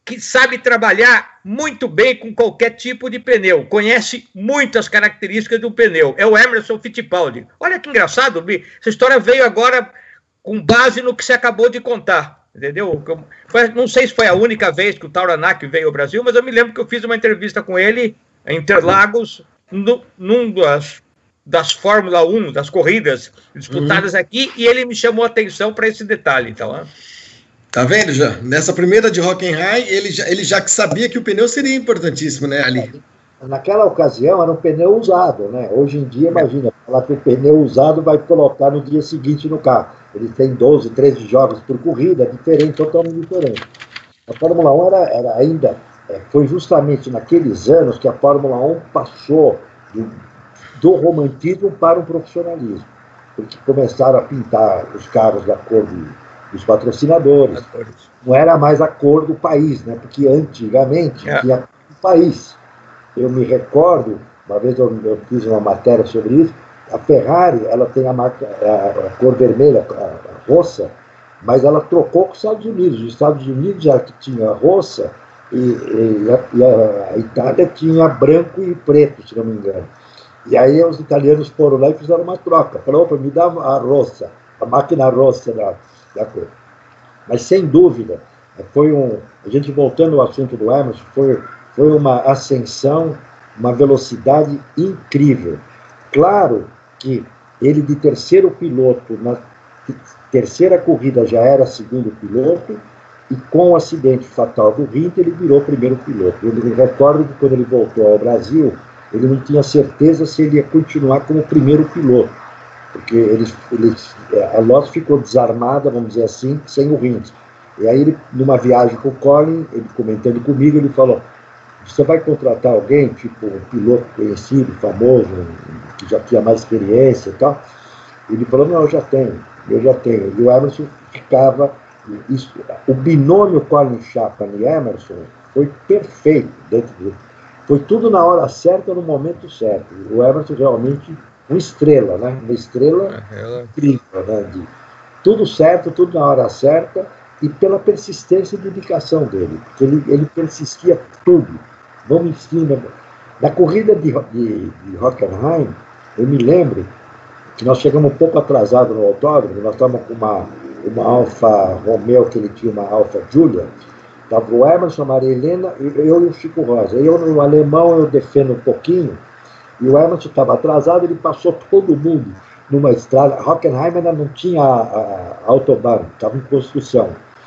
que sabe trabalhar muito bem com qualquer tipo de pneu, conhece muitas características do pneu, é o Emerson Fittipaldi. Olha que engraçado, essa história veio agora com base no que você acabou de contar, entendeu? Não sei se foi a única vez que o Tauranak veio ao Brasil, mas eu me lembro que eu fiz uma entrevista com ele em Interlagos, no, num das, das Fórmula um, das corridas disputadas uhum. aqui, e ele me chamou a atenção para esse detalhe, então, né? Tá vendo, já? Nessa primeira de Hockenheim, ele já, ele já sabia que o pneu seria importantíssimo, né, ali? Naquela ocasião era um pneu usado, né? Hoje em dia, imagina, falar que o pneu usado vai colocar no dia seguinte no carro. Ele tem doze, treze jogos por corrida, diferente, totalmente diferente. A Fórmula um era, era ainda, é, foi justamente naqueles anos que a Fórmula um passou do, do romantismo para o profissionalismo. Porque começaram a pintar os carros da cor de dos patrocinadores, não era mais a cor do país, né? Porque antigamente é. tinha um país. Eu me recordo, uma vez eu, eu fiz uma matéria sobre isso, a Ferrari, ela tem a, marca, a, a cor vermelha, a, a roça, mas ela trocou com os Estados Unidos. Os Estados Unidos já tinha roça e, e, a, e a, a Itália tinha branco e preto, se não me engano. E aí os italianos foram lá e fizeram uma troca. Falaram, opa, me dá a roça, a máquina roça da da cor. Mas, sem dúvida, foi um... A gente, voltando ao assunto do Emerson, foi, foi uma ascensão, uma velocidade incrível. Claro que ele, de terceiro piloto, na terceira corrida já era segundo piloto, e com o acidente fatal do Rindt, ele virou primeiro piloto. Eu me recordo que, quando ele voltou ao Brasil, ele não tinha certeza se ele ia continuar como primeiro piloto, porque eles, eles, a Lotus ficou desarmada, vamos dizer assim, sem o Rindt. E aí, ele, numa viagem com o Colin, ele comentando comigo, ele falou, você vai contratar alguém, tipo um piloto conhecido, famoso, que já tinha mais experiência e tal? Ele falou, não, eu já tenho, eu já tenho. E o Emerson ficava... Isso, o binômio Colin Chapman e Emerson foi perfeito. Dentro do, foi tudo na hora certa, no momento certo. O Emerson realmente... uma estrela, né? Uma estrela incrível, né? De tudo certo, tudo na hora certa, e pela persistência e dedicação dele, porque ele, ele persistia tudo. Vamos em cima. Na corrida de, de, de Hockenheim, eu me lembro que nós chegamos um pouco atrasados no autódromo, nós estávamos com uma, uma Alfa Romeo, que ele tinha uma Alfa Giulia, estava o Emerson, a Maria Helena, eu e o Chico Rosa. Eu, no alemão, eu defendo um pouquinho, e o Emerson estava atrasado, ele passou todo mundo numa estrada. Hockenheim ainda não tinha a, a Autobahn, estava em construção.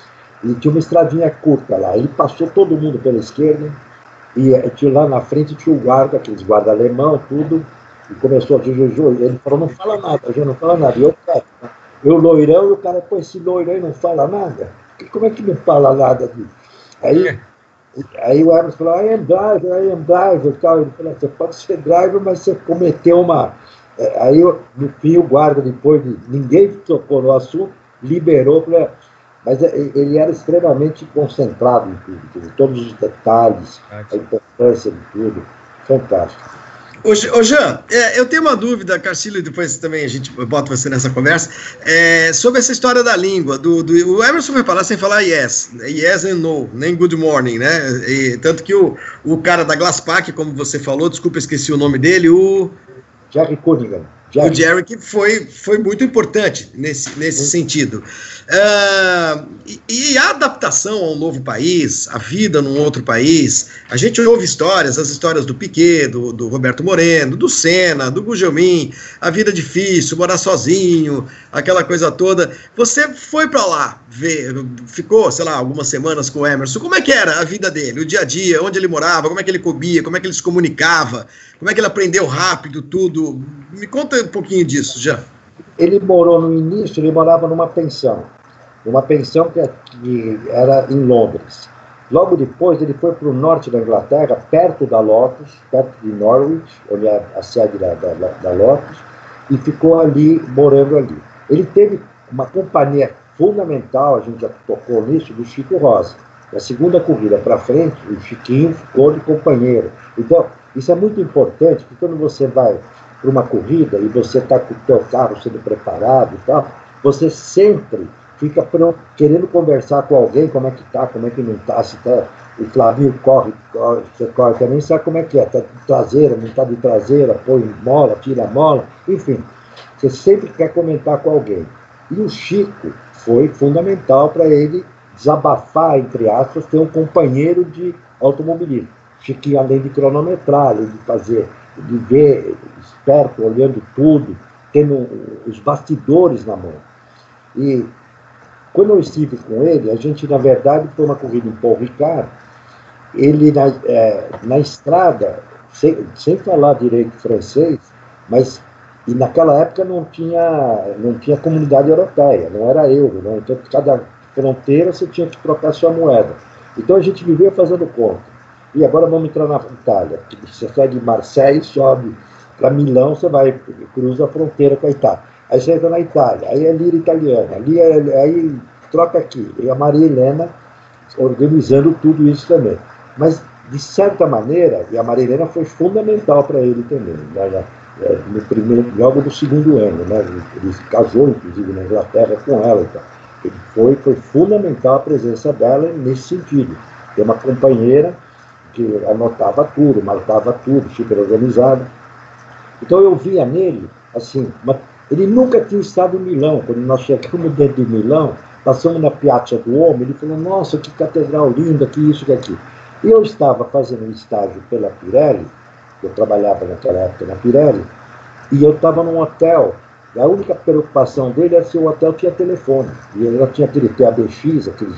E tinha uma estradinha curta lá. Ele passou todo mundo pela esquerda, e tinha, lá na frente tinha o guarda, aqueles guarda alemão, tudo, e começou a dizer, ele falou, não fala nada, eu não fala nada. E eu, cara, eu loirão, e o cara, pô, esse loirão não fala nada? Como é que não fala nada disso? Aí... Aí o Emerson falou, I am driver, I am driver, e tal. Ele falou, você pode ser driver, mas você cometeu uma... Aí, no fim, o guarda, depois de... Ninguém tocou no assunto, liberou, pra... mas ele era extremamente concentrado em tudo, em todos os detalhes, a importância de tudo. Fantástico. Ô, ô Jean, é, eu tenho uma dúvida, Carcillo, e depois também a gente bota você nessa conversa, é, sobre essa história da língua. Do, do, o Emerson foi falar sem falar yes, yes and no, nem good morning, né? E, tanto que o, o cara da Glasspack, como você falou, desculpa, esqueci o nome dele, o... Jerry Cunningham. Jerry. O Jerry, que foi, foi muito importante nesse, nesse sentido. Uh, e, e a adaptação a um novo país, a vida num outro país, a gente ouve histórias, as histórias do Piquet, do, do Roberto Moreno, do Senna, do Gugelmin, a vida difícil, morar sozinho, aquela coisa toda. Você foi para lá, ver, ficou, sei lá, algumas semanas com o Emerson. Como é que era a vida dele, o dia a dia, onde ele morava, como é que ele comia, como é que ele se comunicava, como é que ele aprendeu rápido tudo? Me conta um pouquinho disso, já. Ele morou no início, ele morava numa pensão, uma pensão que, que era em Londres. Logo depois ele foi para o norte da Inglaterra, perto da Lotus, perto de Norwich, onde é a sede da, da, da Lotus, e ficou ali, morando ali. Ele teve uma companhia fundamental, a gente já tocou nisso, do Chico Rosa. Na segunda corrida para frente, o Chiquinho ficou de companheiro. Então, isso é muito importante, porque quando você vai para uma corrida e você está com o teu carro sendo preparado e tal, você sempre fica querendo conversar com alguém, como é que tá, como é que não tá, se tá, o Flavinho corre, corre, você corre também, sabe como é que é, tá de traseira, não tá de traseira, põe mola, tira mola, enfim, você sempre quer comentar com alguém. E o Chico foi fundamental para ele desabafar, entre aspas, ter um companheiro de automobilismo. Chiquinho, além de cronometrar, além de fazer, de ver, esperto, olhando tudo, tendo os bastidores na mão. E quando eu estive com ele, a gente, na verdade, foi uma corrida em Paul Ricard, ele na, é, na estrada, sem, sem falar direito francês, mas e naquela época não tinha, não tinha comunidade europeia, não era euro, né? Então cada fronteira você tinha que trocar sua moeda. Então a gente vivia fazendo conta. E agora vamos entrar na Itália. Você sai de Marseille, sobe para Milão, você vai, cruza a fronteira com a Itália. Aí você entra na Itália, aí é lira italiana, ali é, aí troca aqui. E a Maria Helena organizando tudo isso também. Mas, de certa maneira, e a Maria Helena foi fundamental para ele também, né? No primeiro, logo do segundo ano, né? Ele se casou, inclusive, na Inglaterra com ela. Então. Ele foi, foi fundamental a presença dela nesse sentido. Ter uma companheira que anotava tudo, marcava tudo, super organizado. Então eu via nele, assim, uma, ele nunca tinha estado em Milão. Quando nós chegamos dentro de Milão, passamos na Piazza do Duomo, ele falou, nossa, que catedral linda, que isso, que aquilo. E eu estava fazendo um estágio pela Pirelli, eu trabalhava naquela época na Pirelli, e eu estava num hotel. A única preocupação dele era se o hotel tinha telefone. E ele tinha aquele T A B X, aquele,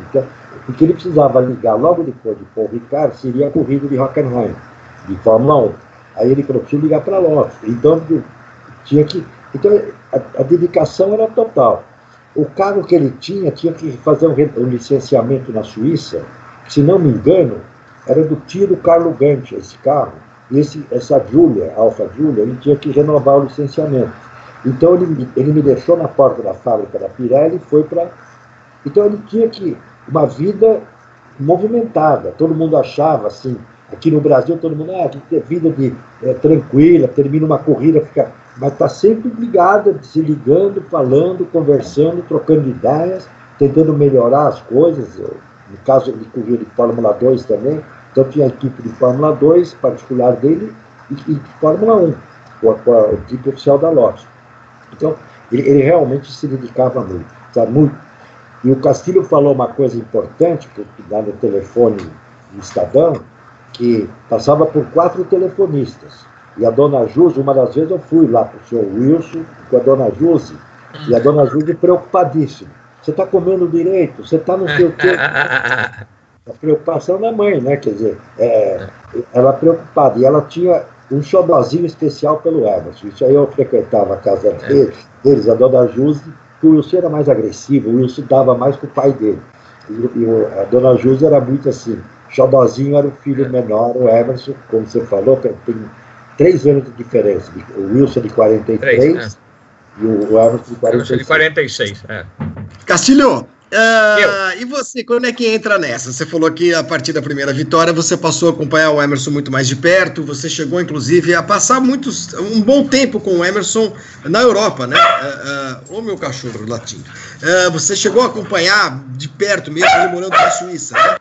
porque ele precisava ligar logo depois de Paul Ricard, seria a corrida de Hockenheim, de Fórmula um. Aí ele falou, preciso ligar para Lotus. Então, tinha que, então a, a dedicação era total. O carro que ele tinha, tinha que fazer um, um licenciamento na Suíça, que, se não me engano, era do tio do Carlo Ganti, esse carro. E esse, essa Giulia, Alfa Giulia, ele tinha que renovar o licenciamento. Então ele, ele me deixou na porta da fábrica da Pirelli e foi para... Então ele tinha que... Uma vida movimentada. Todo mundo achava, assim... Aqui no Brasil, todo mundo... Ah, tem que ter vida de, é, tranquila, termina uma corrida, fica... Mas está sempre ligada, se ligando, falando, conversando, trocando ideias, tentando melhorar as coisas. No caso, ele corria de Fórmula dois também. Então tinha a equipe de Fórmula dois, particular dele, e, e de Fórmula um, com a, com a equipe oficial da Lotus. Então, ele, ele realmente se dedicava muito, sabe, muito. E o Castilho falou uma coisa importante, que dá no telefone do Estadão, que passava por quatro telefonistas. E a dona Júzi, uma das vezes eu fui lá para o senhor Wilson, com a dona Júzi, e a dona Júzi preocupadíssima. Você está comendo direito? Você está não sei o quê. A preocupação da mãe, né? Quer dizer, é, ela preocupada. E ela tinha um xodózinho especial pelo Emerson. Isso aí eu frequentava a casa deles, deles a dona Júzi, que o Wilson era mais agressivo, o Wilson dava mais com o pai dele. E, e a dona Júzi era muito assim. Xodózinho era o filho menor, o Emerson, como você falou, que tem três anos de diferença. O Wilson de quarenta e três três, é. E o Emerson de quarenta e seis. De quarenta e seis, é. Castilho, uh, e você, quando é que entra nessa? Você falou que a partir da primeira vitória você passou a acompanhar o Emerson muito mais de perto, você chegou inclusive a passar muitos, um bom tempo com o Emerson na Europa, né? Ô uh, uh, oh, meu cachorro latindo. Uh, você chegou a acompanhar de perto mesmo, ele morando na Suíça, né?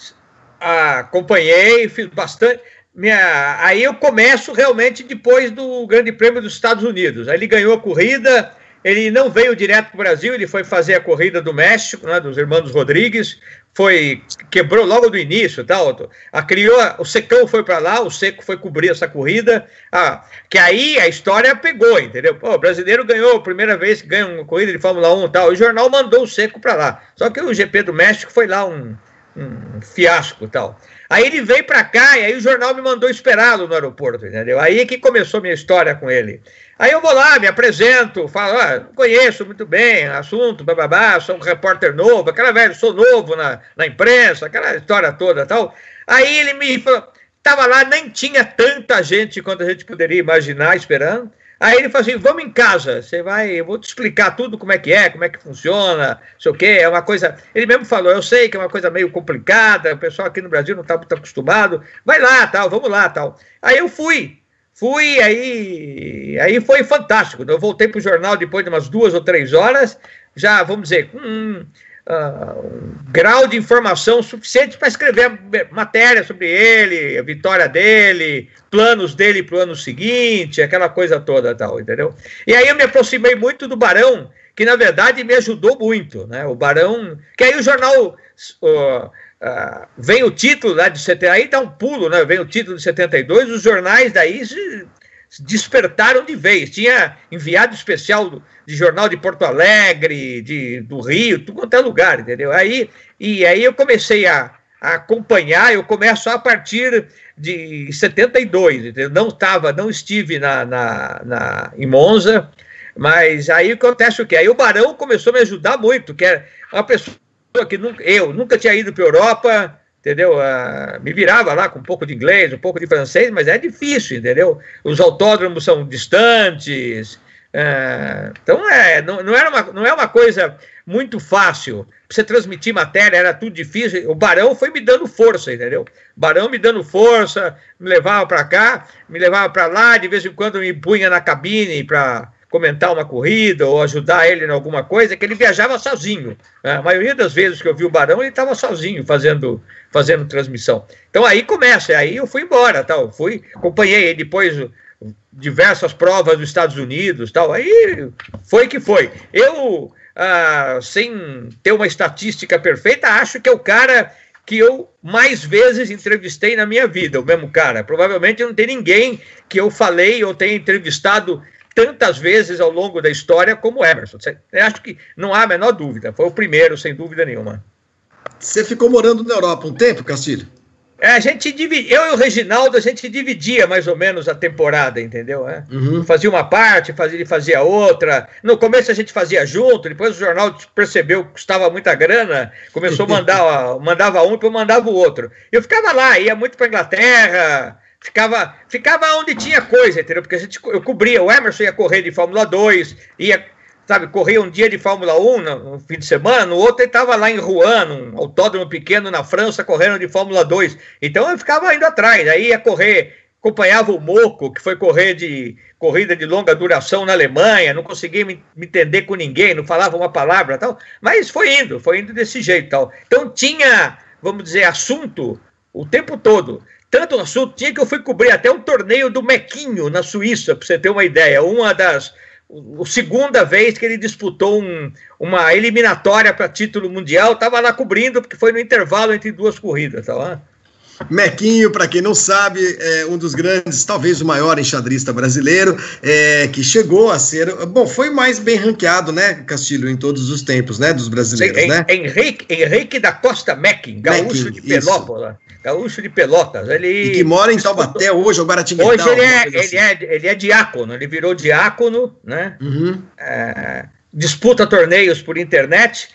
Ah, acompanhei, fiz bastante. Minha... Aí eu começo realmente depois do Grande Prêmio dos Estados Unidos. Aí ele ganhou a corrida. Ele não veio direto para o Brasil, ele foi fazer a corrida do México, né, dos irmãos Rodrigues, foi, quebrou logo do início, tal, a criou, o Secão foi para lá, o Seco foi cobrir essa corrida, ah, que aí a história pegou, entendeu? Pô, o brasileiro ganhou, a primeira vez que ganha uma corrida de Fórmula um e tal, e o jornal mandou o Seco para lá, só que o G P do México foi lá um, um fiasco e tal. Aí ele veio para cá e aí o jornal me mandou esperá-lo no aeroporto, entendeu? Aí é que começou a minha história com ele. Aí eu vou lá, me apresento, falo, ah, conheço muito bem assunto, bababá, sou um repórter novo, aquela velha, sou novo na, na imprensa, aquela história toda tal. Aí ele me falou, tava lá, nem tinha tanta gente quanto a gente poderia imaginar esperando. Aí ele falou assim, vamos em casa, você vai, eu vou te explicar tudo como é que é, como é que funciona, não sei o quê, é uma coisa... Ele mesmo falou, eu sei que é uma coisa meio complicada, o pessoal aqui no Brasil não está muito acostumado, vai lá, tal, vamos lá, tal. Aí eu fui, fui, aí, aí foi fantástico, eu voltei para o jornal depois de umas duas ou três horas, já, vamos dizer, com um, uh, um grau de informação suficiente para escrever matéria sobre ele, a vitória dele, planos dele para o ano seguinte, aquela coisa toda, tal, entendeu? E aí eu me aproximei muito do Barão, que na verdade me ajudou muito, né? O Barão, que aí o jornal... Uh, Uh, vem o título lá de setenta, aí dá um pulo, né? Vem o título de setenta e dois, os jornais daí se despertaram de vez. Tinha enviado especial do, de jornal de Porto Alegre, de, do Rio, tudo quanto é lugar, entendeu? Aí, e aí eu comecei a, a acompanhar, eu começo a partir de setenta e dois, entendeu? Não estava, não estive na, na, na, em Monza, mas aí acontece o quê? Aí o Barão começou a me ajudar muito, que é uma pessoa que nunca, eu nunca tinha ido para a Europa, entendeu? Uh, me virava lá com um pouco de inglês, um pouco de francês, mas é difícil, entendeu? Os autódromos são distantes, uh, então é, não, não, era uma, não é uma coisa muito fácil. Para você transmitir matéria era tudo difícil. O Barão foi me dando força, entendeu? O Barão me dando força, me levava para cá, me levava para lá, de vez em quando me punha na cabine para comentar uma corrida ou ajudar ele em alguma coisa, que ele viajava sozinho. A maioria das vezes que eu vi o Barão, ele estava sozinho fazendo, fazendo transmissão. Então aí começa, aí eu fui embora, tal, fui, acompanhei depois diversas provas dos Estados Unidos, tal, aí foi que foi. Eu, ah, sem ter uma estatística perfeita, acho que é o cara que eu mais vezes entrevistei na minha vida, o mesmo cara. Provavelmente não tem ninguém que eu falei ou tenha entrevistado tantas vezes ao longo da história como o Emerson. Eu acho que não há a menor dúvida. Foi o primeiro, sem dúvida nenhuma. Você ficou morando na Europa um tempo, Castilho? É, a gente dividi, eu e o Reginaldo, a gente dividia mais ou menos a temporada, entendeu? É? Uhum. Fazia uma parte, fazia, ele fazia outra. No começo a gente fazia junto, depois o jornal percebeu que custava muita grana, começou a mandar, mandava um e depois mandava o outro. Eu ficava lá, ia muito para a Inglaterra... Ficava, ficava onde tinha coisa, entendeu? Porque a gente, eu cobria, o Emerson ia correr de Fórmula dois, ia, sabe, corria um dia de Fórmula um no, no fim de semana, no outro ele estava lá em Rouen, num autódromo pequeno na França, correndo de Fórmula dois. Então eu ficava indo atrás, aí ia correr, acompanhava o Moco, que foi correr de corrida de longa duração na Alemanha, não conseguia me, me entender com ninguém, não falava uma palavra, tal, mas foi indo, foi indo desse jeito, tal. Então tinha, vamos dizer, assunto o tempo todo. Tanto assunto tinha que eu fui cobrir até um torneio do Mequinho, na Suíça, para você ter uma ideia. Uma das... A segunda vez que ele disputou um, uma eliminatória para título mundial, estava lá cobrindo, porque foi no intervalo entre duas corridas. Tá lá. Mequinho, para quem não sabe, é um dos grandes, talvez o maior enxadrista brasileiro, é, que chegou a ser... Bom, foi mais bem ranqueado, né, Castilho, em todos os tempos, né, dos brasileiros, Sim, né? Henrique, Henrique da Costa Meckin, gaúcho de Pelópolis. Gaúcho de Pelotas. Ele e que mora em Taubaté hoje, ou Guaratinguetá. Hoje ele é, ele, assim. é, ele é diácono, ele virou diácono, né? Uhum. É, disputa torneios por internet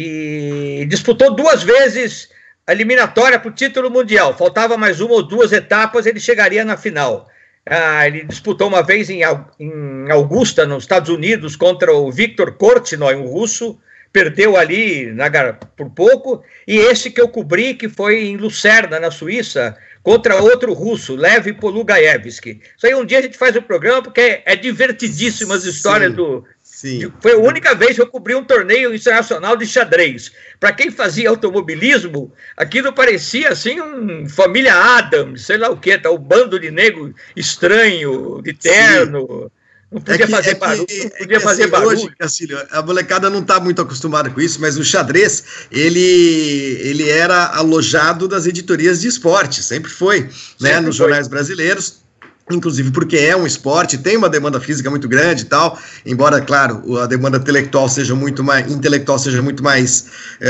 e disputou duas vezes a eliminatória para o título mundial. Faltava mais uma ou duas etapas, ele chegaria na final. Ah, ele disputou uma vez em, em Augusta, nos Estados Unidos, contra o Victor Korchnoi, um russo. Perdeu ali na, por pouco, e esse que eu cobri, que foi em Lucerna, na Suíça, contra outro russo, Lev Polugaevski. Isso aí um dia a gente faz o um programa, porque é, é divertidíssimo as histórias sim, do... Sim. De, foi a única vez que eu cobri um torneio internacional de xadrez. Para quem fazia automobilismo, aquilo parecia assim um família Adams, sei lá o que, tá, um bando de negro estranho, de terno... Sim. Não podia é que, fazer é barulho. Que, não podia é fazer assim, barulho. Hoje, Cacílio, a molecada não está muito acostumada com isso, mas o xadrez, ele, ele era alojado das editorias de esporte, sempre foi, sempre né, nos foi. jornais brasileiros. Inclusive porque é um esporte, tem uma demanda física muito grande e tal, embora, claro, a demanda intelectual seja muito mais, intelectual seja muito mais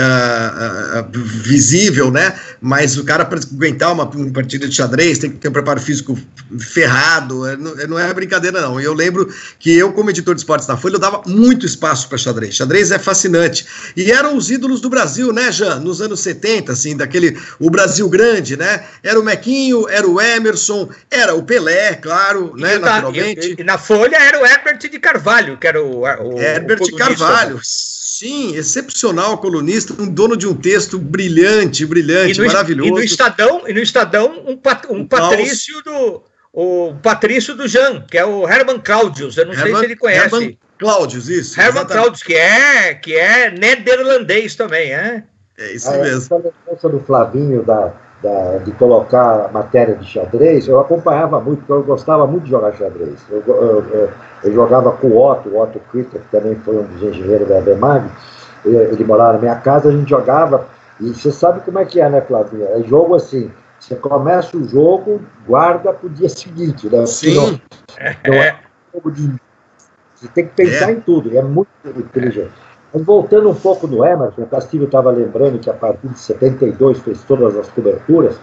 uh, uh, visível, né, mas o cara para aguentar uma, uma partida de xadrez tem que ter um preparo físico ferrado, não, não é brincadeira não. Eu lembro que eu, como editor de esportes da Folha, eu dava muito espaço para xadrez, xadrez é fascinante, e eram os ídolos do Brasil, né, Jean, nos anos setenta, assim, daquele, o Brasil grande, né, era o Mequinho, era o Emerson, era o Pelé, é, claro, né, e naturalmente. E, e na Folha era o Herbert de Carvalho, que era o, o Herbert o Carvalho, sim, excepcional colunista, um dono de um texto brilhante, brilhante, e no, maravilhoso. E no Estadão, e no Estadão um, pat, um Patrício do... o Patrício do Jan, que é o Herman Claudius, eu não Herman, sei se ele conhece. Herman Claudius, isso. Herman exatamente. Claudius, que é, que é nederlandês também, é? É isso ah, mesmo. Essa lembrança do Flavinho, da, da, de colocar matéria de xadrez, eu acompanhava muito, porque eu gostava muito de jogar xadrez. Eu, eu, eu, eu jogava com o Otto, o Otto Kritter, que também foi um dos engenheiros da Vemag. Ele morava na minha casa, a gente jogava, e você sabe como é que é, né, Flavinho? É jogo assim, você começa o jogo, guarda para o dia seguinte, né? Sim. Não, não é jogo de... Você tem que pensar é. em tudo, e é muito inteligente. Mas voltando um pouco no Emerson, o Castilho estava lembrando que a partir de setenta e dois fez todas as coberturas.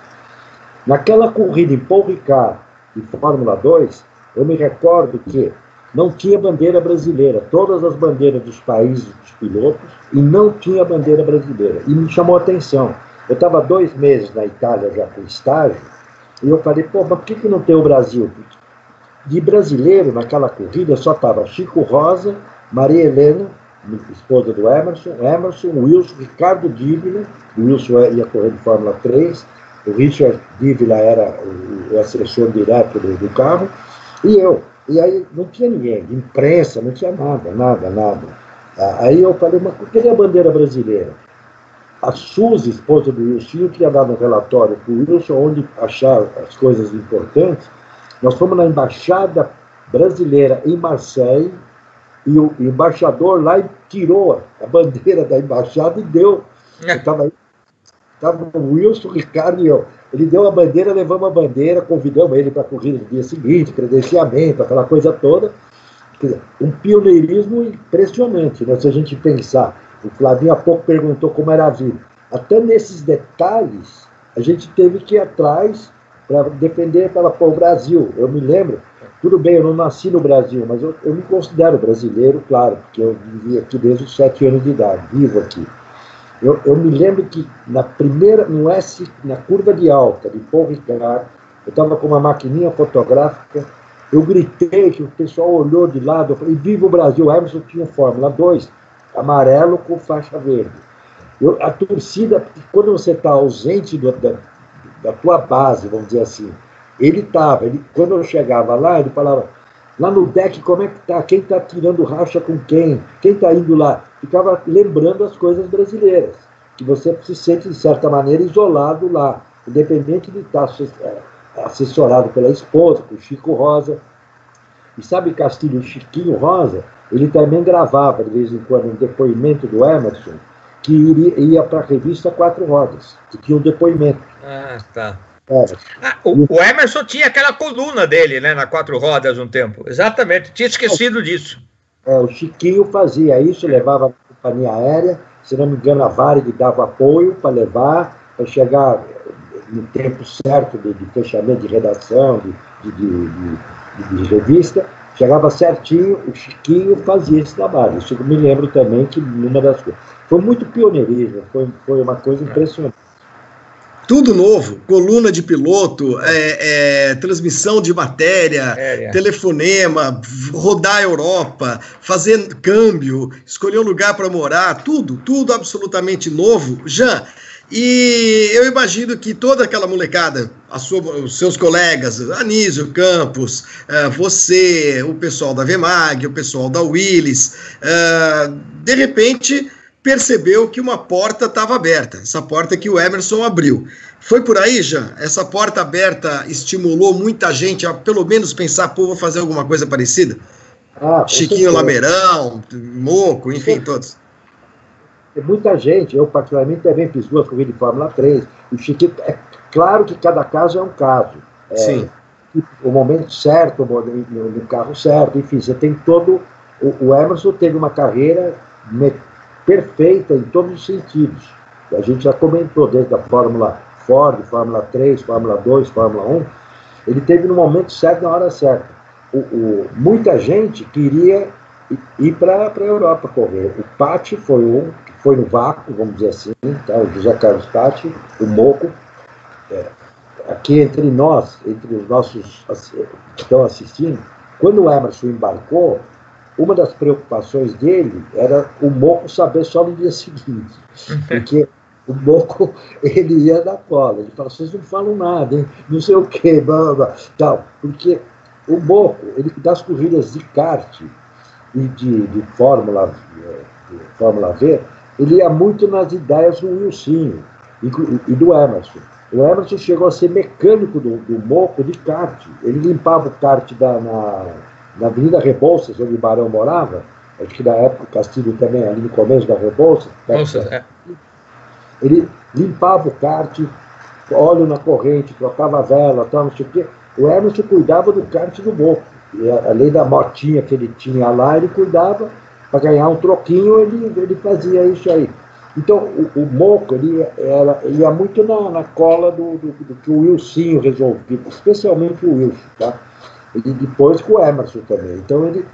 Naquela corrida em Paul Ricard de Fórmula dois, eu me recordo que não tinha bandeira brasileira, todas as bandeiras dos países dos pilotos, e não tinha bandeira brasileira. E me chamou a atenção. Eu estava dois meses na Itália já com estágio, e eu falei, pô, mas por que, que não tem o Brasil? De brasileiro, naquela corrida, só estava Chico Rosa, Maria Helena, esposa do Emerson, Emerson, Wilson, Ricardo Dívila, o Wilson ia correr de Fórmula três, o Richard Dívila era o, o assessor direto do, do carro, e eu. E aí não tinha ninguém, de imprensa, não tinha nada, nada, nada. Aí eu falei, mas cadê a bandeira brasileira? A Suzy, esposa do Wilson, tinha dado um relatório para o Wilson, onde achar as coisas importantes. Nós fomos na embaixada brasileira em Marseille, e o embaixador lá tirou a bandeira da embaixada e deu. Estava aí, estava o Wilson, o Ricardo e eu. Ele deu a bandeira, levamos a bandeira, convidamos ele para a corrida no dia seguinte, credenciamento, aquela coisa toda. Quer dizer, um pioneirismo impressionante, né? Se a gente pensar. O Flavinho há pouco perguntou como era a vida. Até nesses detalhes, a gente teve que ir atrás para defender pela, pô, o Brasil. Eu me lembro, tudo bem, eu não nasci no Brasil, mas eu, eu me considero brasileiro, claro, porque eu vivi aqui desde os sete anos de idade, vivo aqui. Eu, eu me lembro que na primeira, no S, na curva de alta de Paul Ricard, eu estava com uma maquininha fotográfica, eu gritei que o pessoal olhou de lado, eu falei, viva o Brasil, o Emerson tinha Fórmula dois, amarelo com faixa verde. Eu, a torcida, quando você está ausente do, da, da tua base, vamos dizer assim, ele estava, ele, quando eu chegava lá, ele falava, lá no deck, como é que tá? Quem está tirando racha com quem? Quem está indo lá? Ficava lembrando as coisas brasileiras, que você se sente, de certa maneira, isolado lá, independente de estar assessorado pela esposa, com o Chico Rosa. E sabe, Castilho, o Chiquinho Rosa, ele também gravava, de vez em quando, um depoimento do Emerson, que iria, ia para a revista Quatro Rodas, que tinha um depoimento. Ah, tá. Ah, o, o Emerson tinha aquela coluna dele, né, na Quatro Rodas um tempo. Exatamente, tinha esquecido disso. É, o Chiquinho fazia isso, levava a companhia aérea, se não me engano, a Varig dava apoio para levar, para chegar no tempo certo de, de fechamento de redação, de, de, de, de, de revista, chegava certinho, o Chiquinho fazia esse trabalho. Isso eu me lembro também que numa das coisas. Foi muito pioneirismo, foi, foi uma coisa impressionante. Tudo novo, coluna de piloto, é, é, transmissão de matéria, é, é. telefonema, rodar a Europa, fazer câmbio, escolher um lugar para morar, tudo, tudo absolutamente novo. Jean, e eu imagino que toda aquela molecada, a sua, os seus colegas, Anísio Campos, uh, você, o pessoal da Vemag, o pessoal da Willis, uh, de repente percebeu que uma porta estava aberta, essa porta que o Emerson abriu. Foi por aí, Jean? Essa porta aberta estimulou muita gente a pelo menos pensar, pô, vou fazer alguma coisa parecida? Ah, Chiquinho Lameirão, Moco, enfim, todos. Tem muita gente, eu particularmente também fiz duas corridas de Fórmula três, o Chiquinho, é claro que cada caso é um caso. É, Sim. O momento certo, no carro certo, enfim, você tem todo... O, o Emerson teve uma carreira perfeita em todos os sentidos. A gente já comentou, desde a Fórmula Ford, Fórmula três, Fórmula dois, Fórmula um, ele teve no momento certo, na hora certa. O, o, muita gente queria ir para a Europa correr. O Patti foi um, que foi no vácuo, vamos dizer assim, tá? O José Carlos Patti, o Moco. É, aqui entre nós, entre os nossos que estão assistindo, quando o Emerson embarcou, uma das preocupações dele era o Moco saber só no dia seguinte, porque o Moco, ele ia na cola. Ele fala, vocês não falam nada, hein? Não sei o quê, blá, blá, blá, tal. Porque o Moco, ele, das corridas de kart e de, de, Fórmula, de Fórmula V, ele ia muito nas ideias do Wilsinho e, e do Emerson. O Emerson chegou a ser mecânico do, do Moco de kart. Ele limpava o kart da, na, na Avenida Rebouças, onde o Barão morava. Acho que na época o Castilho também, ali no começo da Rebouças. Nossa, é. Ele limpava o kart, óleo na corrente, trocava a vela, tal, não sei o quê. O Emerson cuidava do kart do Moco. E, além da motinha que ele tinha lá, ele cuidava, para ganhar um troquinho, ele, ele fazia isso aí. Então, o, o Moco, ele era, ia muito na, na cola do, do, do que o Wilsinho resolvia, especialmente o Wilson, tá? E depois com o Emerson também. Então, ele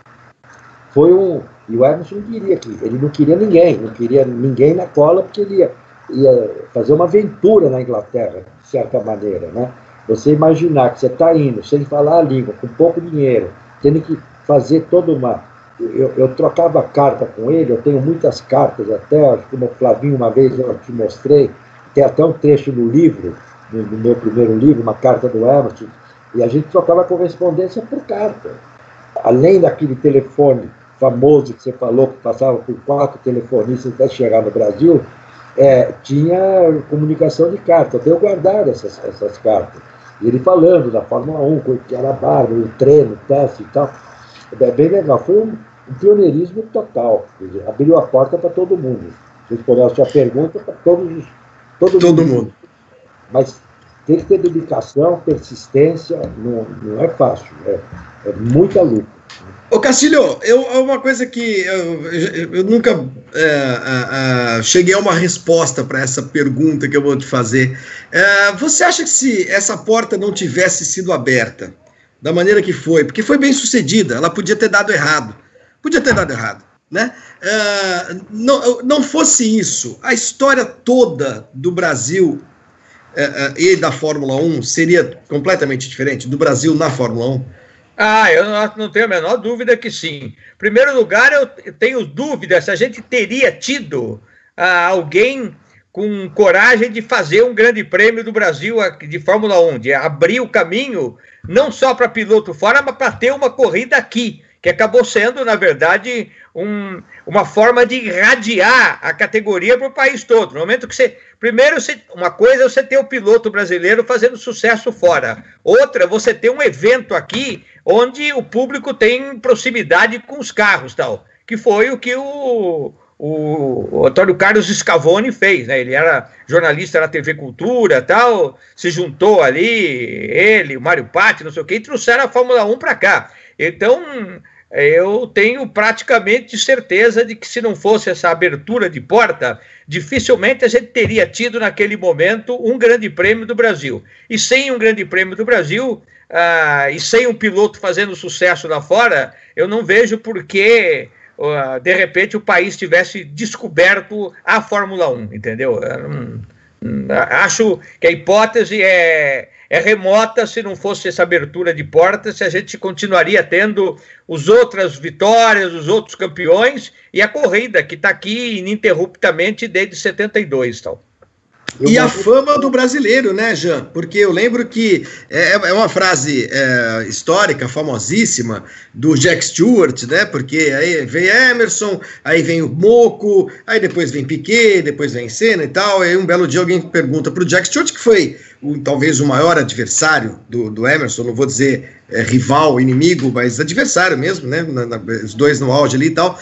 foi um... E o Emerson diria que ele não queria ninguém, não queria ninguém na cola, porque ele ia, ia fazer uma aventura na Inglaterra, de certa maneira, né? Você imaginar que você está indo, sem falar a língua, com pouco dinheiro, tendo que fazer toda uma... Eu, eu trocava carta com ele, eu tenho muitas cartas até, acho que o Flavinho uma vez eu te mostrei, tem até um trecho no livro, no, no meu primeiro livro, uma carta do Emerson, e a gente trocava correspondência por carta. Além daquele telefone famoso que você falou, que passava por quatro telefonistas até chegar no Brasil, é, tinha comunicação de carta. Eu tenho guardado essas, essas cartas. E ele falando da Fórmula um, que era bárbaro, o treino, o teste e tal. É bem legal. Foi um, um pioneirismo total. Quer dizer, abriu a porta para todo mundo. Se responder a sua pergunta, para todos, todo, todo mundo. mundo. Mas tem que ter dedicação, persistência, não, não é fácil. É, é muita luta. Ô Castilho, eu, uma coisa que eu, eu, eu nunca é, é, cheguei a uma resposta para essa pergunta que eu vou te fazer. É, você acha que se essa porta não tivesse sido aberta da maneira que foi, porque foi bem sucedida, ela podia ter dado errado, podia ter dado errado, né? É, não, não fosse isso, a história toda do Brasil é, é, e da Fórmula um seria completamente diferente, do Brasil na Fórmula um? Ah, eu não, não tenho a menor dúvida que sim. Em primeiro lugar, eu tenho dúvida se a gente teria tido ah, alguém com coragem de fazer um grande prêmio do Brasil de Fórmula um, de abrir o caminho, não só para piloto fora, mas para ter uma corrida aqui, que acabou sendo, na verdade, um, uma forma de irradiar a categoria para o país todo. No momento que você... Primeiro, você, uma coisa é você ter o piloto brasileiro fazendo sucesso fora. Outra, você ter um evento aqui onde o público tem proximidade com os carros, tal, que foi o que o, o, o Antônio Carlos Scavone fez, né? Ele era jornalista na T V Cultura, tal, se juntou ali, ele, o Mário Patti, não sei o quê, e trouxeram a Fórmula um para cá. Então, eu tenho praticamente certeza de que se não fosse essa abertura de porta, dificilmente a gente teria tido naquele momento um grande prêmio do Brasil. E sem um grande prêmio do Brasil, ah, e sem um piloto fazendo sucesso lá fora, eu não vejo por que, ah, de repente, o país tivesse descoberto a Fórmula um, entendeu? Eu não, não, acho que a hipótese é... é remota se não fosse essa abertura de portas, se a gente continuaria tendo as outras vitórias, os outros campeões e a corrida que está aqui ininterruptamente desde setenta e dois. Tal. E a fama do brasileiro, né, Jean? Porque eu lembro que é, é uma frase é, histórica, famosíssima, do Jack Stewart, né? Porque aí vem Emerson, aí vem o Moco, aí depois vem Piquet, depois vem Senna e tal. E aí um belo dia alguém pergunta para o Jack Stewart, que foi o, talvez o maior adversário do, do Emerson, não vou dizer é, rival, inimigo, mas adversário mesmo, né? Na, na, os dois no auge ali e tal.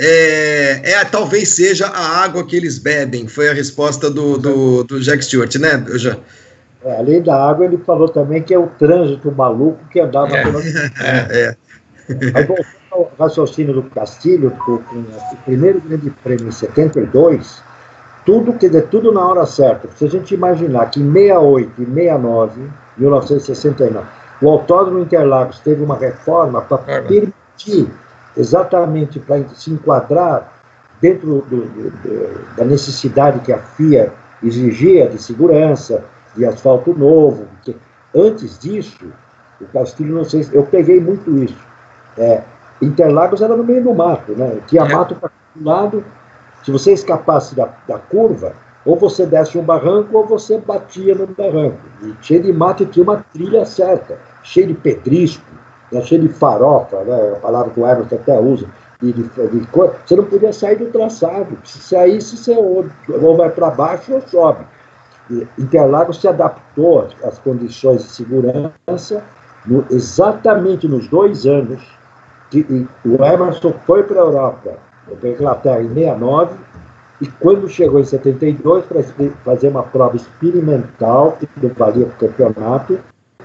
É, é, talvez seja a água que eles bebem, foi a resposta do, do, do Jack Stewart, né, Jean? É, além da água, ele falou também que é o trânsito maluco que andava é. pela... É, é. Aí, voltando ao raciocínio do Castilho, com o primeiro grande prêmio em setenta e dois, tudo, quer dizer, tudo na hora certa. Se a gente imaginar que em sessenta e oito e sessenta e nove, mil novecentos e sessenta e nove, o Autódromo Interlagos teve uma reforma para permitir, exatamente para se enquadrar dentro do, do, do, da necessidade que a F I A exigia de segurança, de asfalto novo. Porque antes disso, o Castilho, não sei se... Eu peguei muito isso. É, Interlagos era no meio do mato, né? Tinha mato para todo lado. Se você escapasse da, da curva, ou você desce um barranco ou você batia no barranco. E cheio de mato e tinha uma trilha certa, cheio de pedrisco, né, cheio de farofa, né, a palavra que o Emerson até usa, de, de, de cor. Você não podia sair do traçado. Se saísse, você ou, ou vai para baixo ou sobe. E Interlagos se adaptou às condições de segurança no, exatamente nos dois anos que e, o Emerson foi para a Europa, para a Inglaterra em sessenta e nove, e quando chegou em setenta e dois para fazer uma prova experimental que não valia para o campeonato,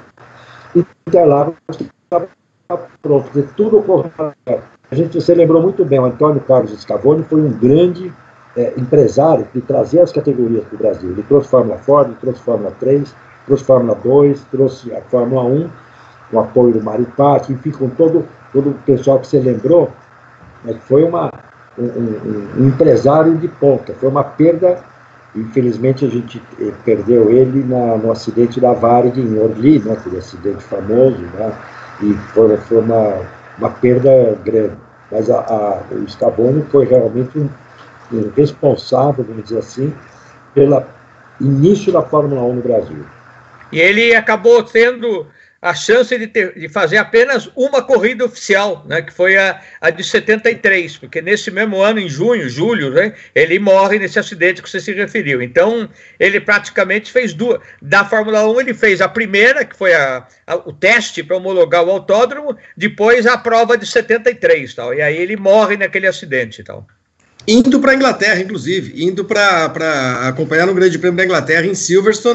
Interlagos estava pronto, tudo ocorreu. A gente, você lembrou muito bem, o Antônio Carlos Scavone foi um grande é, empresário que trazia as categorias para o Brasil. Ele trouxe Fórmula Ford, ele trouxe Fórmula três, trouxe Fórmula dois, trouxe a Fórmula um, com o apoio do Maripati, enfim, com todo, todo o pessoal que você lembrou, mas foi uma, um, um, um empresário de ponta. Foi uma perda, infelizmente a gente perdeu ele na, no acidente da Varig em Orly, né, aquele acidente famoso, né, e foi, foi uma, uma perda grande. Mas a, a, o Scavone foi realmente um, um responsável, vamos dizer assim, pelo início da Fórmula um no Brasil. E ele acabou tendo a chance de, ter, de fazer apenas uma corrida oficial, né, que foi a, a de setenta e três, porque nesse mesmo ano, em junho, julho, né, ele morre nesse acidente que você se referiu. Então, ele praticamente fez duas. Da Fórmula um, ele fez a primeira, que foi a, a, o teste para homologar o autódromo, depois a prova de setenta e três, tal, e aí ele morre naquele acidente. Tal. Indo para a Inglaterra, inclusive, indo para acompanhar no Grande Prêmio da Inglaterra, em Silverstone,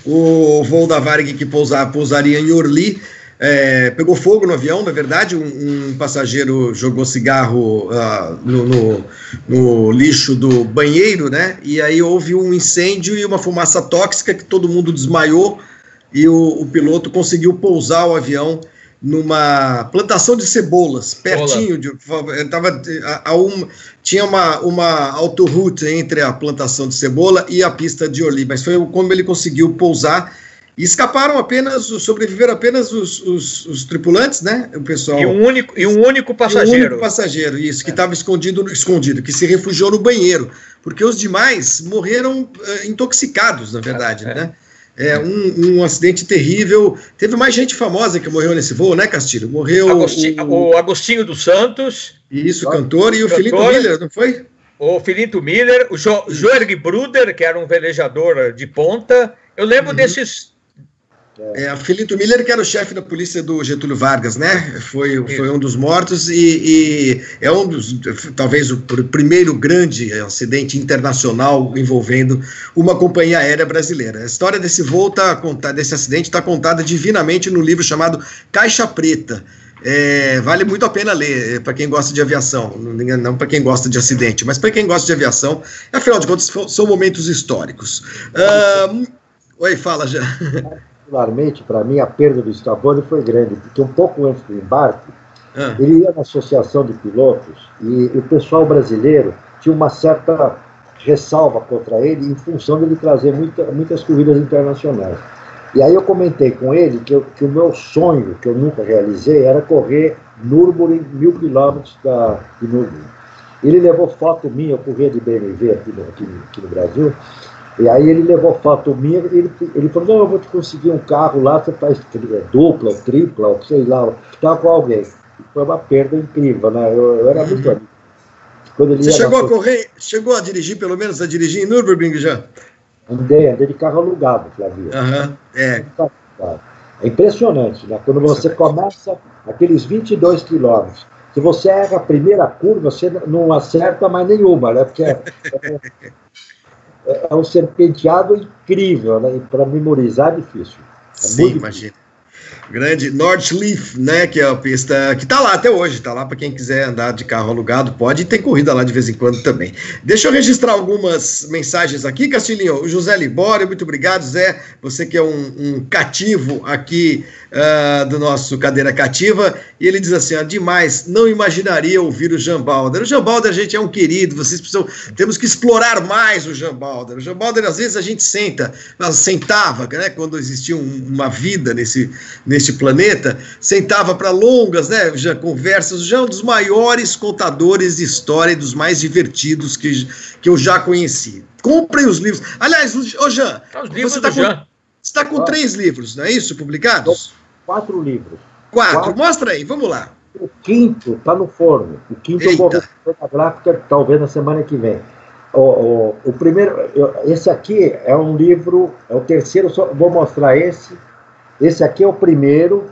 o voo da Varig que pousar, pousaria em Orly, é, pegou fogo no avião, na verdade, um, um passageiro jogou cigarro uh, no, no, no lixo do banheiro, né, e aí houve um incêndio e uma fumaça tóxica que todo mundo desmaiou, e o, o piloto conseguiu pousar o avião numa plantação de cebolas, pertinho de, tava, a, a uma, tinha uma, uma autoroute entre a plantação de cebola e a pista de Orly, mas foi como ele conseguiu pousar, e escaparam apenas, sobreviveram apenas os, os, os tripulantes, né, o pessoal... E um único, e um único passageiro. E um único passageiro, isso, que estava é. escondido, escondido, que se refugiou no banheiro, porque os demais morreram uh, intoxicados, na verdade, é. né? É um, um acidente terrível. Teve mais gente famosa que morreu nesse voo, né, Castilho? Morreu Agostinho, o, o Agostinho dos Santos. Isso, cantor, e o Filinto Miller, não foi? O Filinto Miller, o jo, Jörg Bruder, que era um velejador de ponta. Eu lembro uhum. desses... É, o Filinto Miller, que era o chefe da polícia do Getúlio Vargas, né? Foi, foi um dos mortos e, e é um dos, talvez o primeiro grande acidente internacional envolvendo uma companhia aérea brasileira. A história desse voo, tá, desse acidente, está contada divinamente no livro chamado Caixa Preta. É, vale muito a pena ler para quem gosta de aviação, não, não para quem gosta de acidente, mas para quem gosta de aviação, afinal de contas, são momentos históricos. Uh, oi, fala já. Particularmente, para mim, a perda do Scavone foi grande, porque um pouco antes do embarque, ah. ele ia na associação de pilotos e o pessoal brasileiro tinha uma certa ressalva contra ele em função de ele trazer muita, muitas corridas internacionais. E aí eu comentei com ele que, eu, que o meu sonho, que eu nunca realizei, era correr Nürburgring, mil quilômetros da, de Nürburgring. Ele levou foto minha, eu corria de B M W aqui no, aqui, aqui no Brasil. E aí ele levou foto minha, ele, ele falou, não, eu vou te conseguir um carro lá, você faz dupla, ou tripla, ou sei lá, estava com alguém. Foi uma perda incrível, né? Eu, eu era muito amigo. Quando ele você chegou a correr, chegou a dirigir, pelo menos a dirigir em Nürburgring já? Andei, andei de carro alugado, Flavio. Aham, é. É impressionante, né? Quando você começa aqueles vinte e dois quilômetros, se você erra a primeira curva, você não acerta mais nenhuma, né? Porque é, é, é um serpenteado incrível, né? E para memorizar é difícil. É Sim, muito imagina. Difícil. Grande Nordschleife, né, que é a pista que está lá até hoje, está lá para quem quiser andar de carro alugado, pode, e tem corrida lá de vez em quando também. Deixa eu registrar algumas mensagens aqui, Castilhinho. O José Libório, muito obrigado, Zé, você que é um, um cativo aqui uh, do nosso Cadeira Cativa, e ele diz assim, ó, demais, não imaginaria ouvir o Jean Balder. O Jean Balder, gente, é um querido, vocês precisam, temos que explorar mais o Jean Balder. O Jean Balder, às vezes, a gente senta, sentava, né, quando existia um, uma vida nesse neste planeta, sentava para longas, né, já conversas, já um dos maiores contadores de história e dos mais divertidos que, que eu já conheci. Comprem os livros. Aliás, ô Jean, você está com, você tá com ah. três livros, não é isso, publicados? Quatro livros. Quatro. Quatro. Mostra aí, vamos lá. O quinto está no forno. O quinto Eita. eu vou ver na gráfica, talvez na semana que vem. O, o, o primeiro, eu, esse aqui é um livro, é o terceiro, só vou mostrar esse. Esse aqui é o primeiro.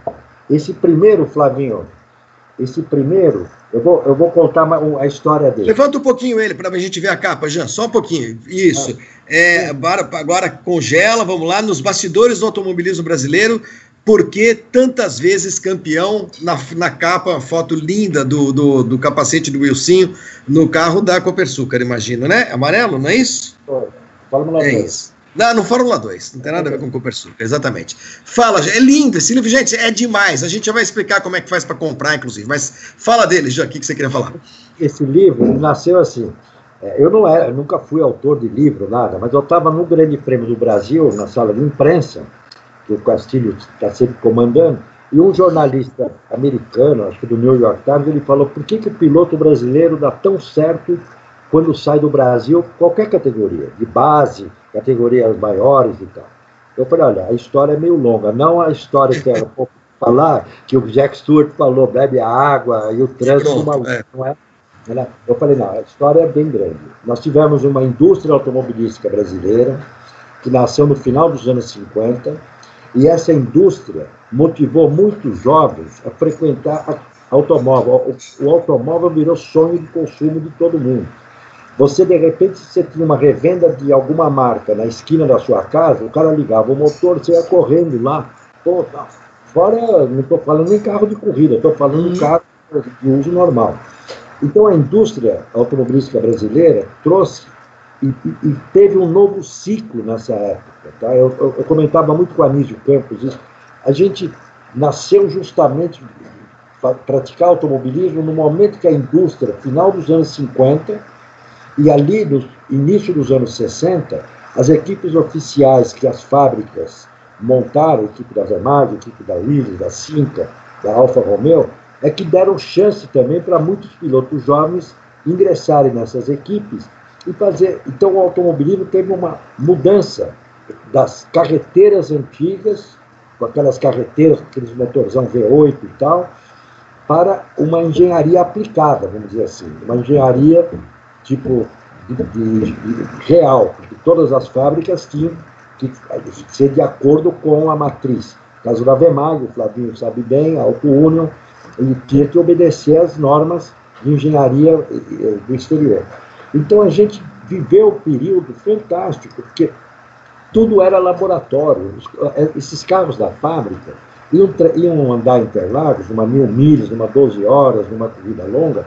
Esse primeiro, Flavinho, esse primeiro, eu vou, eu vou contar a história dele. Levanta um pouquinho ele para a gente ver a capa, Jean, só um pouquinho. Isso. Ah. É, agora, agora congela, vamos lá, nos bastidores do automobilismo brasileiro. Por que tantas vezes campeão na, na capa, uma foto linda do, do, do capacete do Wilsinho no carro da Copersucar, imagino, né? Amarelo, não é isso? Fórmula é dois. Isso. Não, no Fórmula dois, não tem nada a ver com Copersucar, exatamente. Fala, é lindo esse livro, gente, é demais. A gente já vai explicar como é que faz para comprar, inclusive, mas fala dele, João, o que você queria falar? Esse livro nasceu assim. Eu não era, eu nunca fui autor de livro, nada, mas eu estava no Grande Prêmio do Brasil, na sala de imprensa, que o Castilho está sempre comandando, e um jornalista americano, acho que do New York Times, ele falou: por que, que o piloto brasileiro dá tão certo quando sai do Brasil, qualquer categoria, de base, categorias maiores e tal. Eu falei: olha, a história é meio longa, não a história que era um pouco falar, que o Jack Stewart falou, bebe a água e o trânsito, uma, é. não é? Eu falei: não, a história é bem grande. Nós tivemos uma indústria automobilística brasileira que nasceu no final dos anos cinquenta, e essa indústria motivou muitos jovens a frequentar automóvel. O, o automóvel virou sonho de consumo de todo mundo. Você, de repente, você tinha uma revenda de alguma marca na esquina da sua casa, o cara ligava o motor, você ia correndo lá. Pô, tá. Fora, não estou falando nem carro de corrida, estou falando de carro de uso normal. Então, a indústria automobilística brasileira trouxe e, e, e teve um novo ciclo nessa época. Tá? Eu, eu, eu comentava muito com a Anísio Campos isso. A gente nasceu justamente para praticar automobilismo no momento que a indústria, final dos anos cinquenta, e ali no início dos anos sessenta, as equipes oficiais que as fábricas montaram, a equipe da Yamaha, a equipe da Williams, da Cinca, da Alfa Romeo, é que deram chance também para muitos pilotos jovens ingressarem nessas equipes e fazer. Então, o automobilismo teve uma mudança das carreteiras antigas, com aquelas carreteiras, aqueles motorzão V oito e tal, para uma engenharia aplicada, vamos dizer assim, uma engenharia tipo de, de, de real, porque todas as fábricas tinham que ser de acordo com a matriz. No caso da Vemag, o Flavinho sabe bem, a Auto Union, ele tinha que obedecer às normas de engenharia do exterior. Então a gente viveu um período fantástico, porque tudo era laboratório. Esses carros da fábrica iam, iam andar em Interlagos, numa mil milhas, numa doze horas, numa corrida longa,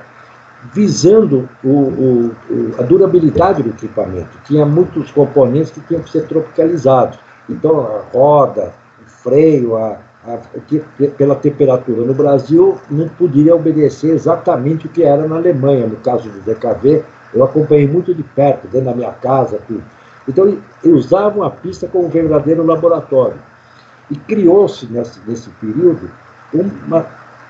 visando o, o, a durabilidade do equipamento. Tinha muitos componentes que tinham que ser tropicalizados. Então, a roda, o freio, a, a, que, pela temperatura no Brasil, não podia obedecer exatamente o que era na Alemanha. No caso do D K V, eu acompanhei muito de perto, dentro da minha casa, tudo. Então, eles usavam a pista como um verdadeiro laboratório. E criou-se, nesse, nesse período, uma,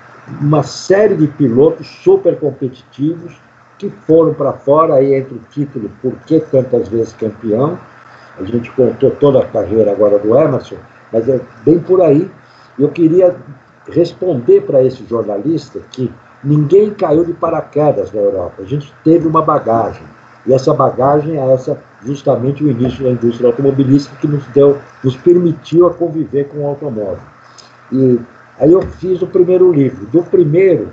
uma série de pilotos super competitivos que foram para fora, aí entra o título Por que tantas vezes campeão? A gente contou toda a carreira agora do Emerson, mas é bem por aí. Eu queria responder para esse jornalista que ninguém caiu de paraquedas na Europa. A gente teve uma bagagem. E essa bagagem é essa, justamente o início da indústria automobilística que nos deu, nos permitiu a conviver com o automóvel. E aí eu fiz o primeiro livro. Do primeiro,